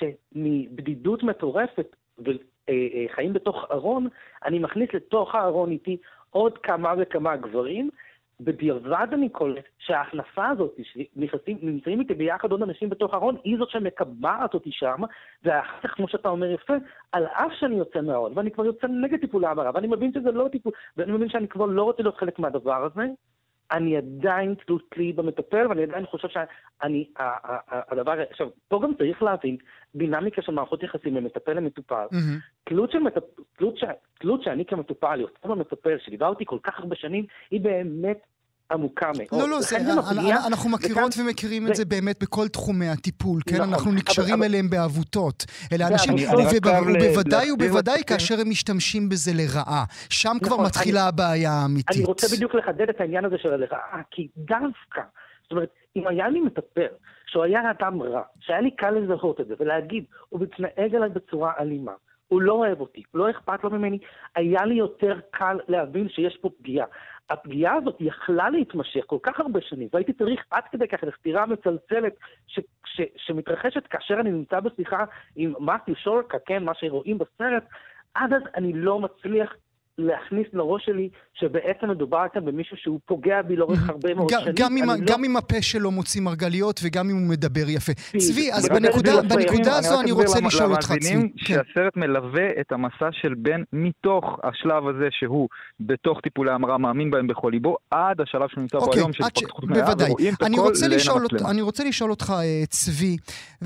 שמבדידות מטורפת, וחיים בתוך ארון, אני מכניס לתוך הארון איתי עוד כמה וכמה גברים, בדיעבד אני קולט שההכנסה הזאת, שנמצאים איתי ביחד עוד אנשים בתוך הארון, היא זאת שמקבעת אותי שם, ואחר כך, כמו שאתה אומר יפה, על אף שאני יוצא מהארון, ואני כבר יוצא נגד טיפולי המרה, ואני מבין שזה לא טיפול, ואני מבין שאני כבר לא רוצה להיות חלק מהדבר הזה, אני עדיין תלות לי במטפל, ואני עדיין חושב שאני, הדבר, עכשיו, פה גם צריך להבין, דינמיקה של מערכות יחסים ממטפל למטופל, תלות של מטפל, תלות שאני כמטופל, יותר במטפל, שליווה אותי כל כך הרבה שנים, היא באמת עמוקה מאוד. לא, לא, אנחנו מכירות ומכירים את זה באמת בכל תחומי הטיפול, כן? אנחנו נקשרים אליהם בעבותות. אלה אנשים, ובוודאי ובוודאי כאשר הם משתמשים בזה לרעה. שם כבר מתחילה הבעיה האמיתית. אני רוצה בדיוק לחדד את העניין הזה של הלרעה, כי דווקא, זאת אומרת, אם היה לי מטפל, שהוא היה אדם רע, שהיה לי קל לזהות את זה, ולהגיד, הוא מתנהג עליי בצורה אלימה, הוא לא אוהב אותי, לא אכפת לו ממני, היה לי יותר קל להבין שיש פה פגיעה. הפגיעה הזאת יכלה להתמשך כל כך הרבה שנים, והייתי צריך עד כדי כך לסתירה מצלצלת ש, ש, שמתרחשת כאשר אני נמצא בשיחה עם מתיו שורקה, כן, מה שרואים בסרט, עד אז אני לא מצליח להכניס לראש שלי שבעצם מדובר כאן במישהו שהוא פוגע בי לאורך הרבה מאוד שנים. גם עם הפה שלו מוציא מרגליות וגם אם הוא מדבר יפה. צבי, אז בנקודה הזו אני רוצה לשאול אותך, צבי. שהסרט מלווה את המסע של בן מתוך השלב הזה שהוא בתוך טיפולי המרה מאמין בהם בכל ליבו, עד השלב שהוא נמצא בו היום של התפתחות מלאה, ורואים את הכל לעין המצלמה. אני רוצה לשאול אותך, צבי,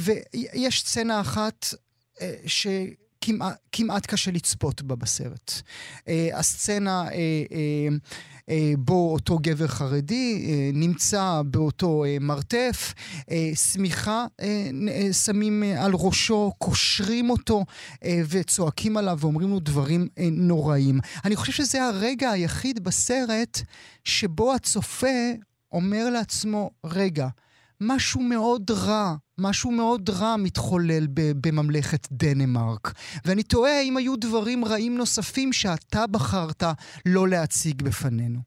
ויש סצנה אחת ש... כמעט, כמעט קשה לצפות בה בסרט. Uh, הסצנה uh, uh, uh, בו אותו גבר חרדי uh, נמצא באותו uh, מרתף, uh, סמיכה uh, uh, שמים uh, על ראשו, קושרים אותו uh, וצועקים עליו ואומרים לו דברים uh, נוראים. אני חושב שזה הרגע היחיד בסרט שבו הצופה אומר לעצמו, רגע, משהו מאוד רע, משהו מאוד רע מתחולל בממלכת דנמרק. ואני תוהה האם היו דברים רעים נוספים שאתה בחרת לא להציג בפנינו.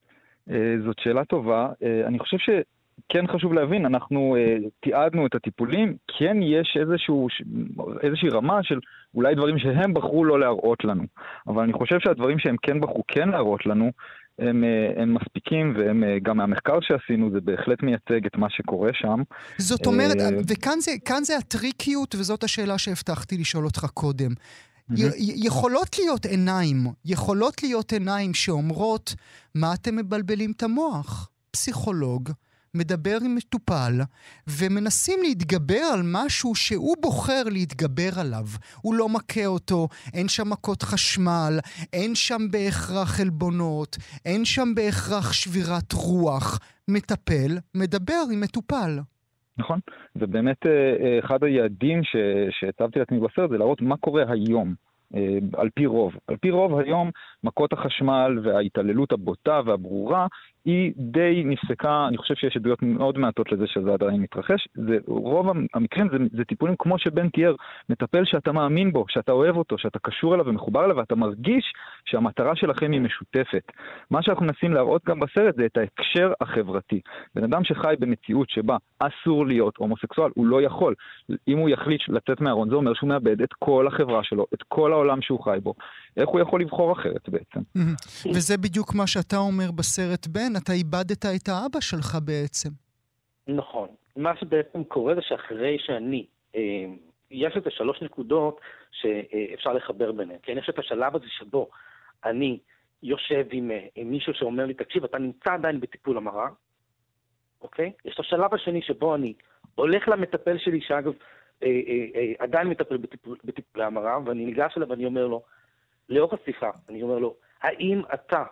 זאת שאלה טובה. אני חושב שכן חשוב להבין, אנחנו תיעדנו את הטיפולים, כן יש איזשהו, איזושהי רמה של אולי דברים שהם בחרו לא להראות לנו. אבל אני חושב שהדברים שהם כן בחרו כן להראות לנו, הם, הם מספיקים, והם גם מהמחקר שעשינו, זה בהחלט מייצג את מה שקורה שם. זאת אומרת, וכאן זה, כאן זה הטריקיות, וזאת השאלה שהבטחתי לשאול אותך קודם. י- יכולות להיות עיניים, יכולות להיות עיניים שאומרות, מה אתם מבלבלים את המוח? פסיכולוג מדבר עם מטופל, ומנסים להתגבר על משהו שהוא בוחר להתגבר עליו. הוא לא מכה אותו, אין שם מכות חשמל, אין שם בהכרח חלבונות, אין שם בהכרח שבירת רוח. מטפל מדבר עם מטופל. נכון, ובאמת אחד היעדים שהצבתי לעצמי בסרט זה להראות מה קורה היום. על פי רוב. על פי רוב היום מכות החשמל וההתעללות הבוטה והברורה היא די נפסקה, אני חושב שיש עדויות מאוד מעטות לזה שזה עדיין מתרחש. זה, רוב המקרים זה, זה טיפולים כמו שבן תיאר, מטפל שאתה מאמין בו, שאתה אוהב אותו, שאתה קשור אליו ומחובר אליו, ואתה מרגיש שהמטרה שלכם היא משותפת. מה שאנחנו מנסים להראות גם בסרט זה את ההקשר החברתי. בן אדם שחי במציאות שבה אסור להיות הומוסקסואל, הוא לא יכול. אם הוא יחליט לצאת מהארון, זה אומר שהוא מאבד את כל החברה שלו, את כל העולם שהוא חי בו. איך הוא יכול לבחור אחרת בעצם? וזה בדיוק מה שאתה אומר בסרט בן, אתה איבדת את האבא שלך בעצם. נכון. מה שבעצם קורה זה שאחרי שאני, אה, יש את השלוש נקודות שאפשר לחבר ביניהם. כן, יש את השלב הזה שבו אני יושב עם, עם מישהו שאומר לי, תקשיב, אתה נמצא עדיין בטיפול המרה, אוקיי? יש את השלב השני שבו אני הולך למטפל שלי, שאגב, אה, אה, אה, עדיין מטפל בטיפול, בטיפול המרה, ואני ניגש אליו ואני אומר לו, לאור השיחה, אני אומר לו, האם אתה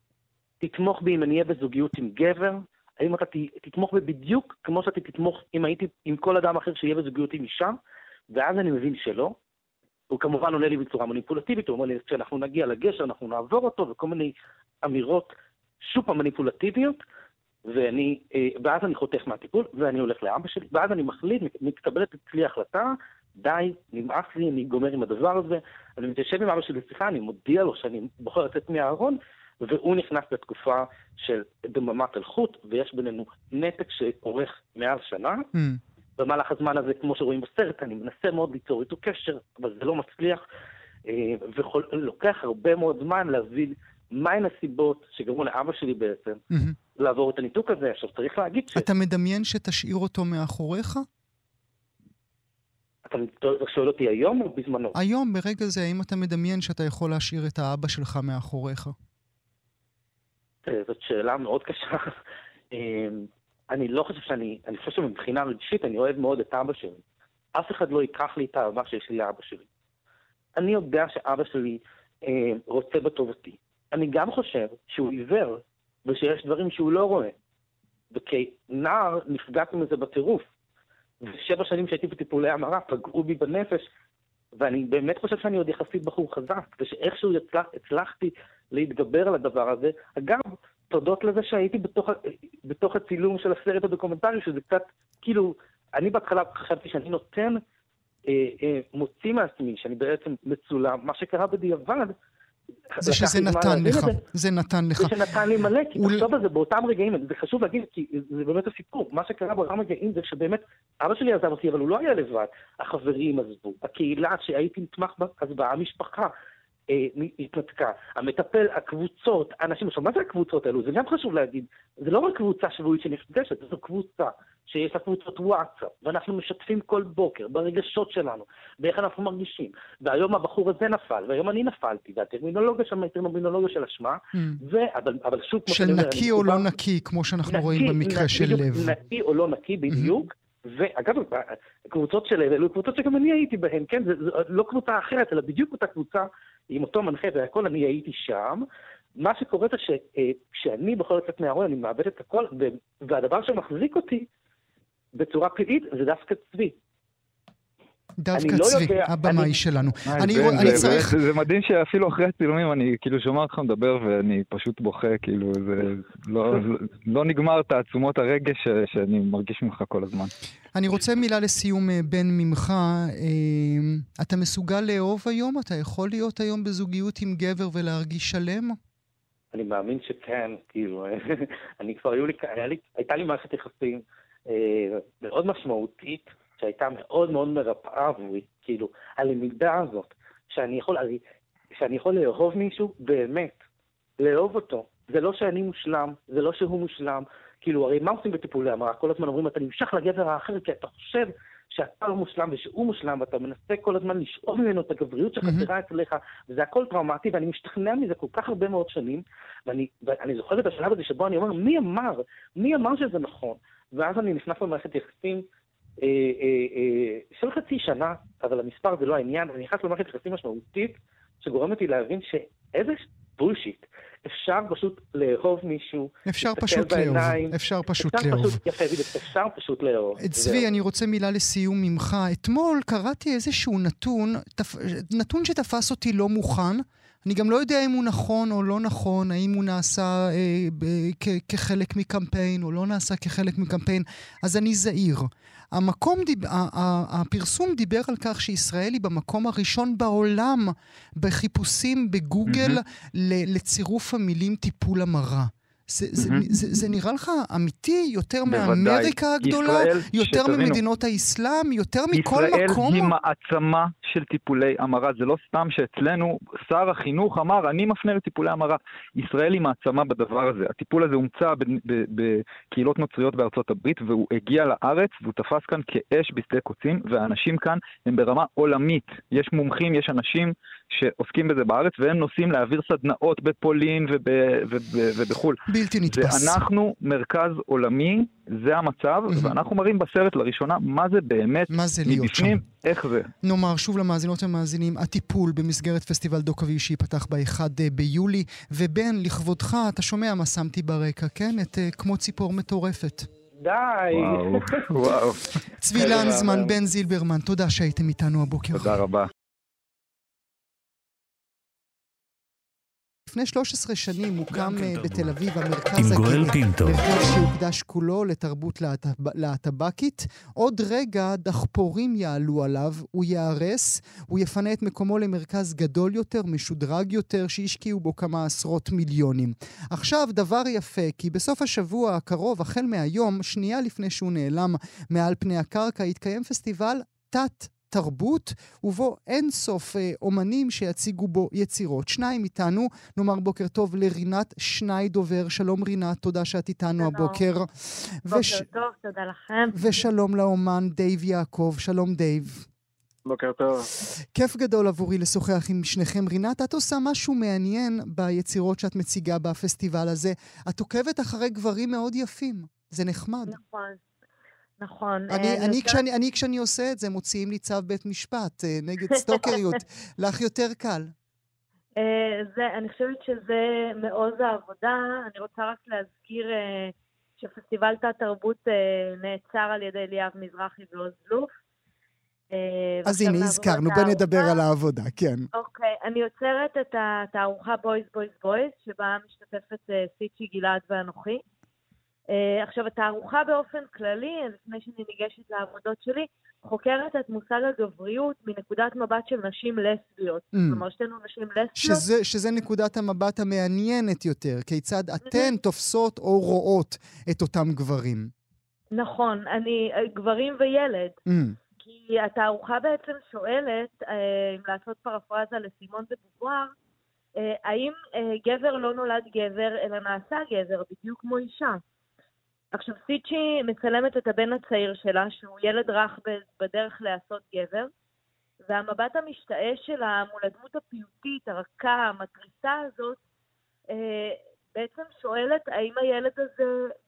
תתמוך בי אם אני אהיה בזוגיות עם גבר? האם אתה תתמוך בי בדיוק כמו שאתה תתמוך אם הייתי עם כל אדם אחר שיהיה בזוגיות עם אישה? ואז אני מבין שלא. הוא כמובן עונה לי בצורה מניפולטיבית, הוא אומר לי שאנחנו נגיע לגשר, אנחנו נעבור אותו, וכל מיני אמירות שוב מניפולטיביות, ואני, ואז אני חותך מהטיפול, ואני הולך לאבא שלי, ואז אני מחליט, מתקבלת אצלי החלטה, די, נמאס לי, אני גומר עם הדבר הזה, אני מתיישב עם אבא שלי לשיחה, אני מודיע לו שאני בוחר לצאת מהארון, והוא נכנס לתקופה של דממת אלחוט, ויש בינינו נתק שאורך מעל שנה. Mm. במהלך הזמן הזה, כמו שרואים בסרט, אני מנסה מאוד ליצור איתו קשר, אבל זה לא מצליח, ולוקח הרבה מאוד זמן להבין מהן הסיבות שגרמו לאבא שלי בעצם לעבור את הניתוק הזה. עכשיו צריך להגיד ש... אתה מדמיין שתשאיר אותו מאחוריך? אתה שואל אותי היום או בזמנו? היום, ברגע זה, האם אתה מדמיין שאתה יכול להשאיר את האבא שלך מאחוריך? זאת שאלה מאוד קשה. אני לא חושב שאני, אני חושב שמבחינה רגשית אני אוהב מאוד את אבא שלי. אף אחד לא ייקח לי את האהבה שיש לי לאבא שלי. אני יודע שאבא שלי אה, רוצה בטובתי. אני גם חושב שהוא עיוור, ושיש דברים שהוא לא רואה. וכנער נפגעתי מזה בטירוף. ושבע שנים שהייתי בטיפולי המרה פגעו בי בנפש, ואני באמת חושב שאני עוד יחסית בחור חזק, ושאיכשהו יצלח, הצלחתי להתגבר על הדבר הזה. אגב, תודות לזה שהייתי בתוך, בתוך הצילום של הסרט הדוקומנטרי, שזה קצת, כאילו, אני בהתחלה חשבתי שאני נותן, אה, אה, מוציא מעצמי, שאני בעצם מצולם. מה שקרה בדיעבד, זה שזה נתן לך, זה נתן לך. זה שנתן לי מלא, כי תחשוב על זה באותם רגעים, זה חשוב להגיד, כי זה באמת הסיפור. מה שקרה באותם רגעים זה שבאמת, אבא שלי עזב אותי, אבל הוא לא היה לבד. החברים עזבו, הקהילה שהייתי נתמך בה, עזבה, המשפחה התנתקה, המטפל, הקבוצות, אנשים, עכשיו, מה זה הקבוצות האלו? זה גם חשוב להגיד, זה לא רק קבוצה שבועית שנפגשת, זו קבוצה שיש לה קבוצות וואטסאפ, ואנחנו משתפים כל בוקר ברגשות שלנו, באיך אנחנו מרגישים, והיום הבחור הזה נפל, והיום אני נפלתי, והטרמינולוגיה שם היא טרמינולוגיה של אשמה, אבל שוב, של נקי או לא נקי, כמו שאנחנו רואים במקרה של לב. נקי או לא נקי, בדיוק, ואגב, הקבוצות של לב, אלו קבוצות שגם אני הייתי בהן, כן, זה לא קבוצה אחרת, אלא בדיוק אותה קבוצה עם אותו מנחה והכל, אני הייתי שם. מה שקורה זה שכשאני בכל לצאת מהארון, אני מאבד את הכל, והדבר שמחזיק אותי בצורה פלאית זה דווקא צבי. דווקא צבי, הבמאי שלנו. זה מדהים שאפילו אחרי הצילומים אני כאילו שומע אותך מדבר ואני פשוט בוכה, כאילו זה לא נגמר תעצומות הרגש שאני מרגיש ממך כל הזמן. אני רוצה מילה לסיום בן ממך. אתה מסוגל לאהוב היום? אתה יכול להיות היום בזוגיות עם גבר ולהרגיש שלם? אני מאמין שכן, כאילו, אני כבר היו לי, הייתה לי מערכת יחסים מאוד משמעותית, שהייתה מאוד מאוד מרפאה עבורי, כאילו, הלמידה הזאת, שאני יכול, שאני יכול לאהוב מישהו, באמת, לאהוב אותו. זה לא שאני מושלם, זה לא שהוא מושלם, כאילו, הרי מה עושים בטיפולי המרה? כל הזמן אומרים, אתה נמשך לגבר האחר, כי אתה חושב שאתה לא מושלם ושהוא מושלם, ואתה מנסה כל הזמן לשאוב ממנו את הגבריות שחסרה אצלך, וזה הכל טראומטי, ואני משתכנע מזה כל כך הרבה מאוד שנים, ואני, ואני זוכר את השלב הזה שבו אני אומר, מי אמר? מי אמר שזה נכון? ואז אני נכנס למערכת יחסים, אה, אה, אה, של חצי שנה, אבל המספר זה לא העניין, אני נכנס למערכת יחסים משמעותית, שגורמת לי להבין שאיזה בולשיט, אפשר פשוט לאהוב מישהו, אפשר פשוט לאהוב, אפשר פשוט לאהוב. אפשר פשוט לאהוב. צבי, אני רוצה מילה לסיום ממך. אתמול קראתי איזשהו נתון, נתון שתפס אותי לא מוכן, אני גם לא יודע אם הוא נכון או לא נכון, האם הוא נעשה אה, ב- כ- כחלק מקמפיין או לא נעשה כחלק מקמפיין, אז אני זהיר. המקום דיב... הפרסום דיבר על כך שישראל היא במקום הראשון בעולם בחיפושים בגוגל mm-hmm. לצירוף המילים טיפול המרה. זה, זה, mm-hmm. זה, זה נראה לך אמיתי יותר מאמריקה הגדולה, יותר שתבינו. ממדינות האסלאם, יותר מכל ישראל מקום? ישראל היא מעצמה של טיפולי המרה, זה לא סתם שאצלנו שר החינוך אמר, אני מפנה לטיפולי המרה. ישראל היא מעצמה בדבר הזה. הטיפול הזה הומצא בקהילות נוצריות בארצות הברית, והוא הגיע לארץ, והוא תפס כאן כאש בשדה קוצים, והאנשים כאן הם ברמה עולמית. יש מומחים, יש אנשים שעוסקים בזה בארץ, והם נוסעים להעביר סדנאות בפולין וב, וב, ובחול. בלתי נתפס. ואנחנו מרכז עולמי, זה המצב, mm-hmm. ואנחנו מראים בסרט לראשונה מה זה באמת, מה זה להיות מבפנים, שם. איך זה. נאמר שוב למאזינות ומאזינים, הטיפול במסגרת פסטיבל דוקאביב שיפתח ב-אחד ביולי, ובין לכבודך, אתה שומע מה שמתי ברקע, כן? את uh, כמו ציפור מטורפת. די. וואו, וואו. צבי לנזמן, בן זילברמן, תודה שהייתם איתנו הבוקר. תודה רבה. לפני שלוש עשרה שנים מוקם בתל אביב המרכז הגאה, מרכז שהוקדש כולו לתרבות להטבקית. עוד רגע דחפורים יעלו עליו, הוא יערס, הוא יפנה את מקומו למרכז גדול יותר, משודרג יותר, שהשקיעו בו כמה עשרות מיליונים. עכשיו דבר יפה, כי בסוף השבוע הקרוב, החל מהיום, שנייה לפני שהוא נעלם מעל פני הקרקע, יתקיים פסטיבל תת תרבות, ובו אין סוף אה, אומנים שיציגו בו יצירות. שניים איתנו, נאמר בוקר טוב לרינת שניידובר. שלום רינת, תודה שאת איתנו שלום. הבוקר. בוקר וש... טוב, תודה לכם. ושלום לאומן דייב יעקב. שלום דייב. בוקר טוב. כיף גדול עבורי לשוחח עם שניכם. רינת, את עושה משהו מעניין ביצירות שאת מציגה בפסטיבל הזה. את עוקבת אחרי גברים מאוד יפים. זה נחמד. נכון, נכון. אני, אה, אני, יותר... כשאני, אני כשאני עושה את זה, מוציאים לי צו בית משפט אה, נגד סטוקריות. לך יותר קל. אה, זה, אני חושבת שזה מעוז העבודה. אני רוצה רק להזכיר אה, שפסטיבל תרבות אה, נעצר על ידי ליאב מזרחי ועוז לוף. אז הנה, הזכרנו, בוא נדבר על העבודה, כן. אוקיי, אני יוצרת את התערוכה בויז בויז בויז, שבה משתתפת סיצ'י גלעד ואנוכי. עכשיו, התערוכה באופן כללי, לפני שאני ניגשת לעבודות שלי, חוקרת את מושג הגבריות מנקודת מבט של נשים לסביות. כלומר, שתינו נשים לסביות. שזה נקודת המבט המעניינת יותר, כיצד אתן תופסות או רואות את אותם גברים. נכון, אני, גברים וילד. כי התערוכה בעצם שואלת, אם לעשות פרפרזה לסימון דה בובואר, האם גבר לא נולד גבר, אלא נעשה גבר, בדיוק כמו אישה. עכשיו, סיצ'י מצלמת את הבן הצעיר שלה, שהוא ילד רך בדרך לעשות גבר, והמבט המשתאה שלה מול הדמות הפיוטית, הרכה, המטריסה הזאת, בעצם שואלת האם הילד הזה...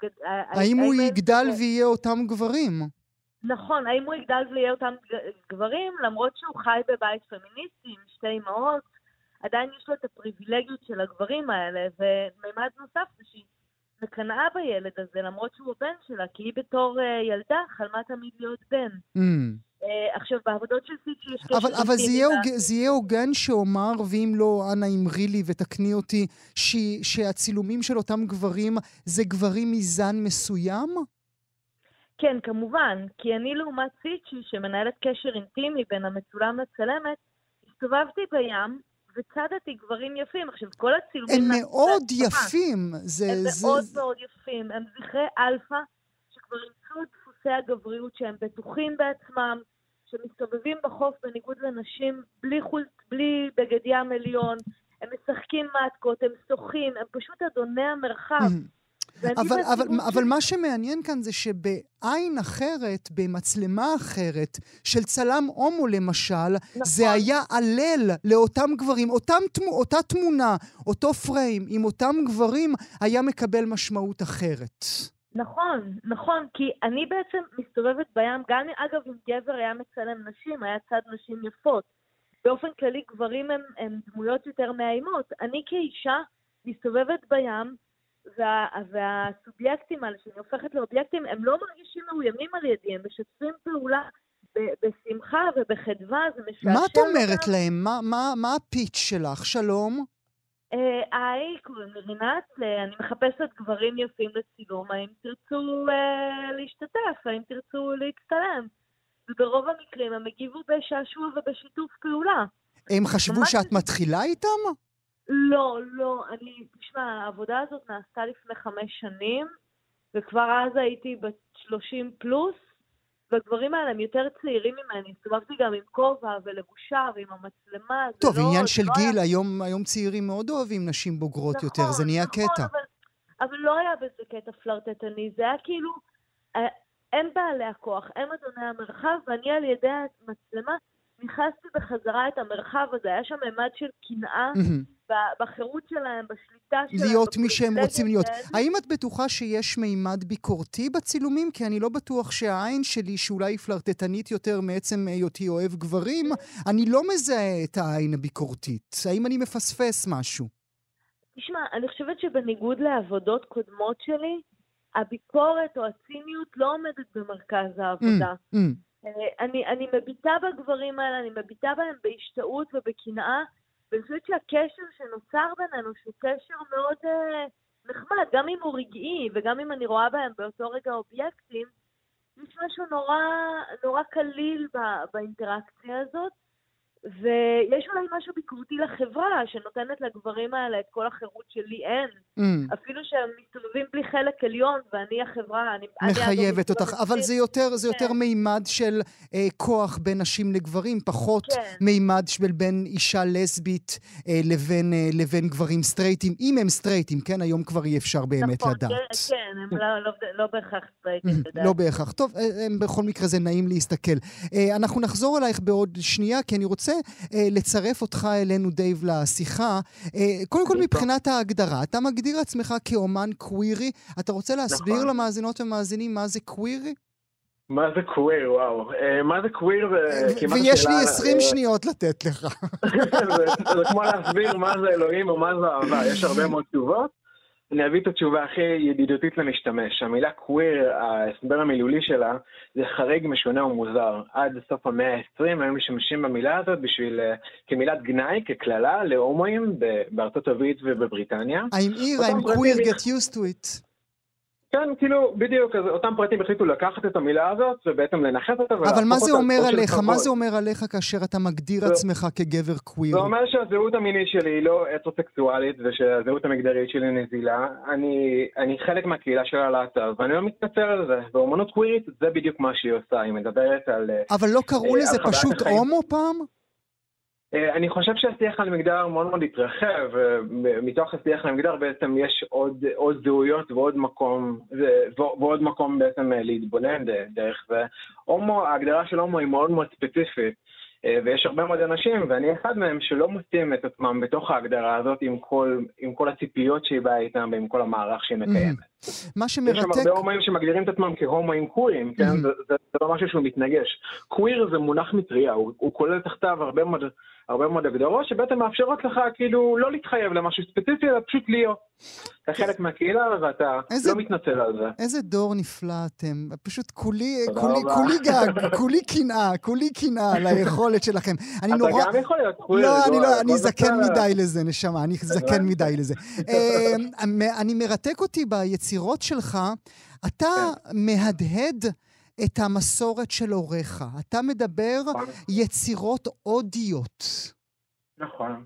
האם הוא יגדל ויהיה אותם גברים? נכון, האם הוא יגדל ויהיה אותם גברים, למרות שהוא חי בבית פמיניסטי עם שתי אמהות, עדיין יש לו את הפריבילגיות של הגברים האלה, ומימד נוסף זה שהיא מקנאה בילד הזה, למרות שהוא הבן שלה, כי היא בתור uh, ילדה חלמה תמיד להיות בן. Mm. Uh, עכשיו, בעבודות של סיצ'י יש קשר... אבל, אבל זה, יהיה הוג... זה יהיה הוגן שאומר, ואם לא, אנא אמרי לי ותקני אותי, ש... שהצילומים של אותם גברים זה גברים מזן מסוים? כן, כמובן, כי אני לעומת סיצ'י, שמנהלת קשר אינטימי בין המצולם לצלמת, הסתובבתי בים, וצדתי גברים יפים. עכשיו, כל הצילומים... הם מאוד יפים. זה, הם זה... מאוד מאוד יפים. הם זכרי אלפא, שכבר ימצאו את דפוסי הגבריות, שהם בטוחים בעצמם, שמסתובבים בחוף בניגוד לנשים, בלי חולט, בלי בגד ים עליון, הם משחקים מתקות, הם שוחים, הם פשוט אדוני המרחב. אבל, אבל, אבל מה שמעניין כאן זה שבעין אחרת, במצלמה אחרת, של צלם הומו למשל, נכון. זה היה עלל לאותם גברים, אותם, אותה תמונה, אותו פריים, עם אותם גברים, היה מקבל משמעות אחרת. נכון, נכון, כי אני בעצם מסתובבת בים, גם אגב אם גבר היה מצלם נשים, היה צד נשים יפות. באופן כללי גברים הם, הם דמויות יותר מאיימות. אני כאישה מסתובבת בים, וה, והסובייקטים האלה, שאני הופכת לאובייקטים, הם לא מרגישים מאוימים על ידי, הם משתפים פעולה ב- בשמחה ובחדווה, זה משעשע. מה את אומרת אותם. להם? מה, מה, מה הפיץ' שלך? שלום? היי, קוראים לי רינת, אני מחפשת גברים יפים לצילום, האם תרצו אה, להשתתף, האם תרצו להצטלם. וברוב המקרים הם הגיבו בשעשוע ובשיתוף פעולה. הם חשבו שאת מתחילה איתם? לא, לא, אני, תשמע, העבודה הזאת נעשתה לפני חמש שנים, וכבר אז הייתי בת שלושים פלוס, והגברים האלה הם יותר צעירים ממני, הסתובבתי גם עם כובע ולבושה ועם המצלמה. טוב, לא, עניין של לא גיל, היה... היום, היום צעירים מאוד אוהבים נשים בוגרות נכון, יותר, זה נהיה נכון, קטע. אבל, אבל לא היה בזה קטע פלרטטני, זה היה כאילו, אין בעלי הכוח, הם אדוני המרחב, ואני על ידי המצלמה נכנסתי בחזרה את המרחב הזה, היה שם ממד של קנאה, בחירות שלהם, בשליטה שלהם. להיות מי שהם רוצים להיות. האם את בטוחה שיש מימד ביקורתי בצילומים? כי אני לא בטוח שהעין שלי, שאולי פלרטטנית יותר מעצם היותי אוהב גברים, אני לא מזהה את העין הביקורתית. האם אני מפספס משהו? תשמע, אני חושבת שבניגוד לעבודות קודמות שלי, הביקורת או הציניות לא עומדת במרכז העבודה. אני, אני מביטה בגברים האלה, אני מביטה בהם בהשתאות ובקנאה, ואני חושבת שהקשר שנוצר בינינו, שהוא קשר מאוד אה, נחמד, גם אם הוא רגעי, וגם אם אני רואה בהם באותו רגע אובייקטים, יש משהו נורא, נורא קליל בא, באינטראקציה הזאת, ויש אולי משהו ביקורתי לחברה, שנותנת לגברים האלה את כל החירות שלי אין. Mm. אפילו שהם מסתובבים בלי חלק עליון, ואני החברה, אני... מחייבת אותך, אבל זה יותר, זה יותר כן. מימד של אה, כוח בין נשים לגברים, פחות כן. מימד של בין אישה לסבית אה, לבין, אה, לבין גברים סטרייטים, אם הם סטרייטים, כן? היום כבר אי אפשר באמת נכון, לדעת. כן, כן, הם לא, לא, לא בהכרח סטרייטים, לדעת. לא בהכרח. טוב, הם, בכל מקרה זה נעים להסתכל. אה, אנחנו נחזור אלייך בעוד שנייה, כי אני רוצה אה, לצרף אותך אלינו, דייב, לשיחה. אה, קודם כל, מבחינת ההגדרה, אתה מגדיר עצמך כאומן קווירי, אתה רוצה להסביר נכון. למאזינות ומאזינים מה זה קווירי? מה זה קוויר, וואו. אה, מה זה קוויר זה כמעט השאלה... ויש לי עשרים שניות לתת לך. זה, זה כמו להסביר מה זה אלוהים או מה זה אהבה. יש הרבה מאוד תשובות. אני אביא את התשובה הכי ידידותית למשתמש. המילה קוויר, ההסבר המילולי שלה, זה חריג, משונה ומוזר. עד סוף המאה ה-עשרים הם משתמשים במילה הזאת בשביל, כמילת גנאי, ככללה, להומואים בארצות הברית ובבריטניה. I'm here, I'm queer, get used to it. כן, כאילו, בדיוק, אז אותם פרטים החליטו לקחת את המילה הזאת, ובעצם לנחת אותה. אבל מה זה אומר עליך? מה זה אומר עליך כאשר אתה מגדיר עצמך כגבר קוויר? זה אומר שהזהות המינית שלי היא לא הטרוסקסואלית, ושהזהות המגדרית שלי נזילה. אני, אני חלק מהקהילה של הלהט"ב, ואני לא מתנצל על זה. ואומנות קווירית זה בדיוק מה שהיא עושה, היא מדברת על... אבל לא קראו לזה פשוט הומו פעם? אני חושב שהשיח על מגדר מאוד מאוד התרחב, ומתוך השיח על מגדר בעצם יש עוד, עוד זהויות ועוד מקום, ועוד מקום בעצם להתבונן דרך זה. הומו, ההגדרה של הומו היא מאוד מאוד ספציפית, ויש הרבה מאוד אנשים, ואני אחד מהם שלא מוצאים את עצמם בתוך ההגדרה הזאת עם כל, עם כל הציפיות שהיא באה איתם ועם כל המערך שהיא מקיימת. מה שמרתק... יש שם הרבה הומואים שמגדירים את עצמם כהומואים קווירים, כן? זה, זה, זה לא משהו שהוא מתנגש. קוויר זה מונח מטריה, הוא, הוא כולל תחתיו הרבה מאוד... הרבה מאוד הגדרות שבעצם מאפשרות לך כאילו לא להתחייב למשהו ספציפי, אלא פשוט להיות. אתה חלק מהקהילה ואתה לא מתנצל על זה. איזה דור נפלא אתם. פשוט כולי, כולי, כולי גג, כולי קנאה, כולי קנאה על היכולת שלכם. אתה גם יכול להיות קוויר. לא, אני לא, אני זקן מדי לזה, נשמה, אני זקן מדי לזה. אני מרתק אותי ביצירות שלך, אתה מהדהד את המסורת של הוריך. אתה מדבר יצירות אודיות. נכון.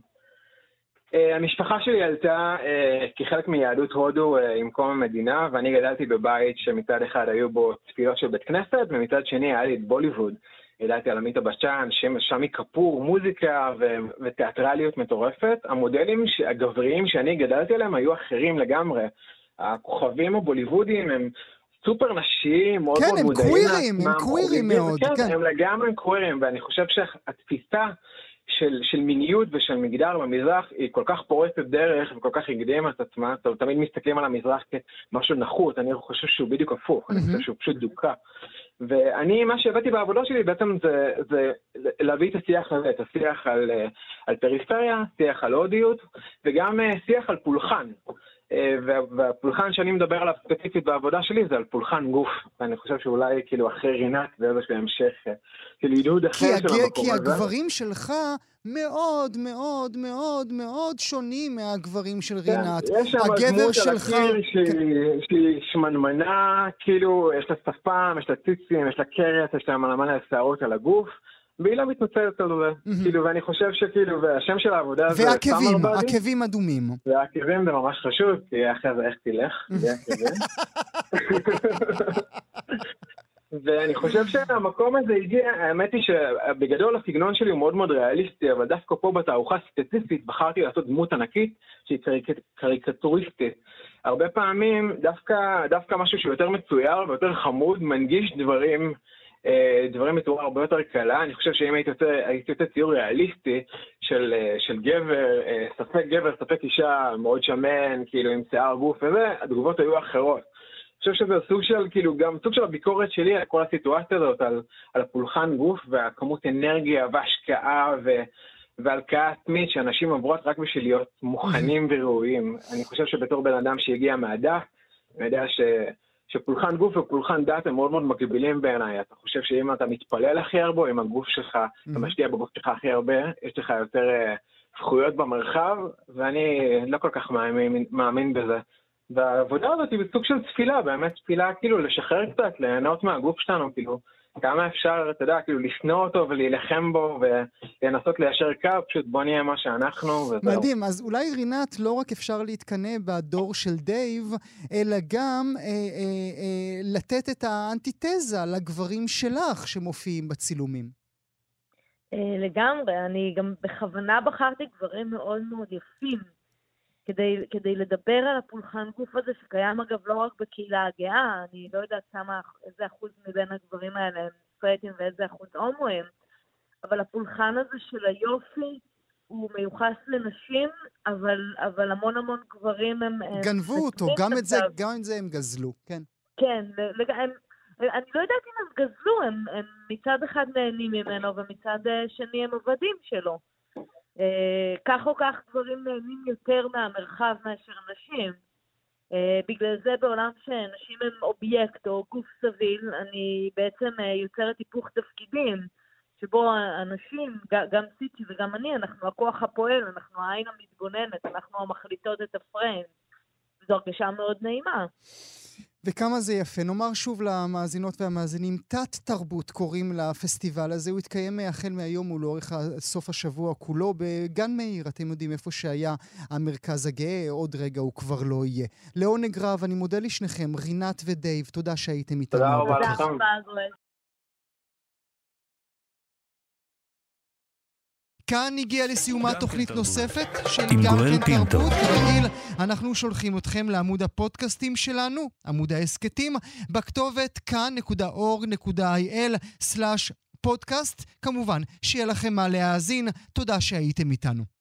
המשפחה שלי עלתה כחלק מיהדות הודו עם קום המדינה, ואני גדלתי בבית שמצד אחד היו בו צפיות של בית כנסת, ומצד שני היה לי את בוליווד. גדלתי על עמית הבשן, שמי כפור, מוזיקה ותיאטרליות מטורפת. המודלים הגבריים שאני גדלתי עליהם היו אחרים לגמרי. הכוכבים הבוליוודיים הם סופר נשיים, מאוד מאוד מודעים. כן, הם קווירים, הם קווירים מאוד. כן, הם לגמרי קווירים, ואני חושב שהתפיסה של, של מיניות ושל מגדר במזרח היא כל כך פורצת דרך וכל כך הקדימה את עצמה. תמיד מסתכלים על המזרח כמשהו נחות, אני חושב שהוא בדיוק הפוך, אני חושב שהוא פשוט דוקה. ואני, מה שהבאתי בעבודה שלי בעצם זה, זה להביא את השיח הזה, את השיח על, על פריפריה, שיח על הודיות, וגם שיח על פולחן. והפולחן שאני מדבר עליו ספציפית בעבודה שלי זה על פולחן גוף, ואני חושב שאולי כאילו אחרי רינת זה איזשהו המשך, כאילו עידוד אחר של המקום הזה. כי הגברים שלך מאוד מאוד מאוד מאוד שונים מהגברים של רינת. יש שם דמות על הקיר שהיא שמנמנה, כאילו יש לה שפם, יש לה ציצים, יש לה קרת, יש לה מלמנה שערות על הגוף, והיא לא מתנצלת על זה, כאילו, ואני חושב שכאילו, והשם של העבודה זה... ועקבים, עקבים אדומים. ועקבים זה ממש חשוב, כי אחרי זה איך תלך, זה עקבים. ואני חושב שהמקום הזה הגיע, האמת היא שבגדול הסגנון שלי הוא מאוד מאוד ריאליסטי, אבל דווקא פה בתערוכה ספציפית בחרתי לעשות דמות ענקית שהיא קריקטוריסטית. הרבה פעמים דווקא, דווקא משהו שיותר מצויר ויותר חמוד, מנגיש דברים... דברים בצורה הרבה יותר קלה. אני חושב שאם הייתי יוצא ציור ריאליסטי של, של גבר, ספק גבר, ספק אישה, מאוד שמן, כאילו עם שיער גוף וזה, התגובות היו אחרות. אני חושב שזה סוג של, כאילו, גם סוג של הביקורת שלי על כל הסיטואציה הזאת, על, על הפולחן גוף והכמות אנרגיה והשקעה ו... והלקאה עצמית שאנשים עוברות רק בשביל להיות מוכנים וראויים. אני חושב שבתור בן אדם שהגיע מהדת, אני יודע ש... שפולחן גוף ופולחן דת הם מאוד מאוד מקבילים בעיניי. אתה חושב שאם אתה מתפלל הכי הרבה, עם הגוף שלך, אתה משקיע בגוף שלך הכי הרבה, יש לך יותר זכויות במרחב, ואני לא כל כך מאמין, מאמין בזה. והעבודה הזאת היא בסוג של תפילה, באמת תפילה כאילו לשחרר קצת, ליהנות מהגוף שלנו, כאילו, כמה אפשר, אתה יודע, כאילו לשנוא אותו ולהילחם בו ולנסות ליישר קו, פשוט בוא נהיה מה שאנחנו וזהו. מדהים, אז אולי רינת לא רק אפשר להתקנא בדור של דייב, אלא גם אה, אה, אה, לתת את האנטיתזה לגברים שלך שמופיעים בצילומים. אה, לגמרי, אני גם בכוונה בחרתי גברים מאוד מאוד יפים, כדי, כדי לדבר על הפולחן גוף הזה שקיים אגב לא רק בקהילה הגאה, אני לא יודעת כמה, איזה אחוז מבין הגברים האלה הם סטרייטים ואיזה אחוז הומואים, אבל הפולחן הזה של היופי הוא מיוחס לנשים, אבל, אבל המון המון גברים הם... גנבו אותו, גם את, זה, גם את זה הם גזלו, כן. כן, הם, אני לא יודעת אם הם גזלו, הם, הם מצד אחד נהנים ממנו ומצד שני הם עובדים שלו. כך או כך גברים נהנים יותר מהמרחב מאשר נשים. בגלל זה בעולם שנשים הם אובייקט או גוף סביל, אני בעצם יוצרת היפוך תפקידים, שבו אנשים, גם סיטי וגם אני, אנחנו הכוח הפועל, אנחנו העין המתגוננת, אנחנו המחליטות את הפריים. זו הרגשה מאוד נעימה. וכמה זה יפה. נאמר שוב למאזינות והמאזינים, תת תרבות קוראים לפסטיבל הזה. הוא יתקיים החל מהיום ולאורך סוף השבוע כולו בגן מאיר. אתם יודעים איפה שהיה המרכז הגאה, עוד רגע הוא כבר לא יהיה. לעונג רב, אני מודה לשניכם, רינת ודייב, תודה שהייתם איתנו. תודה רבה לכם. כאן הגיעה לסיומה תוכנית נוספת של גם כן תרבות. כרגיל, אנחנו שולחים אתכם לעמוד הפודקאסטים שלנו, עמוד העסקתים, בכתובת כאן נקודה אורג נקודה איי אל סלאש פודקאסט. כמובן, שיהיה לכם מה להאזין. תודה שהייתם איתנו.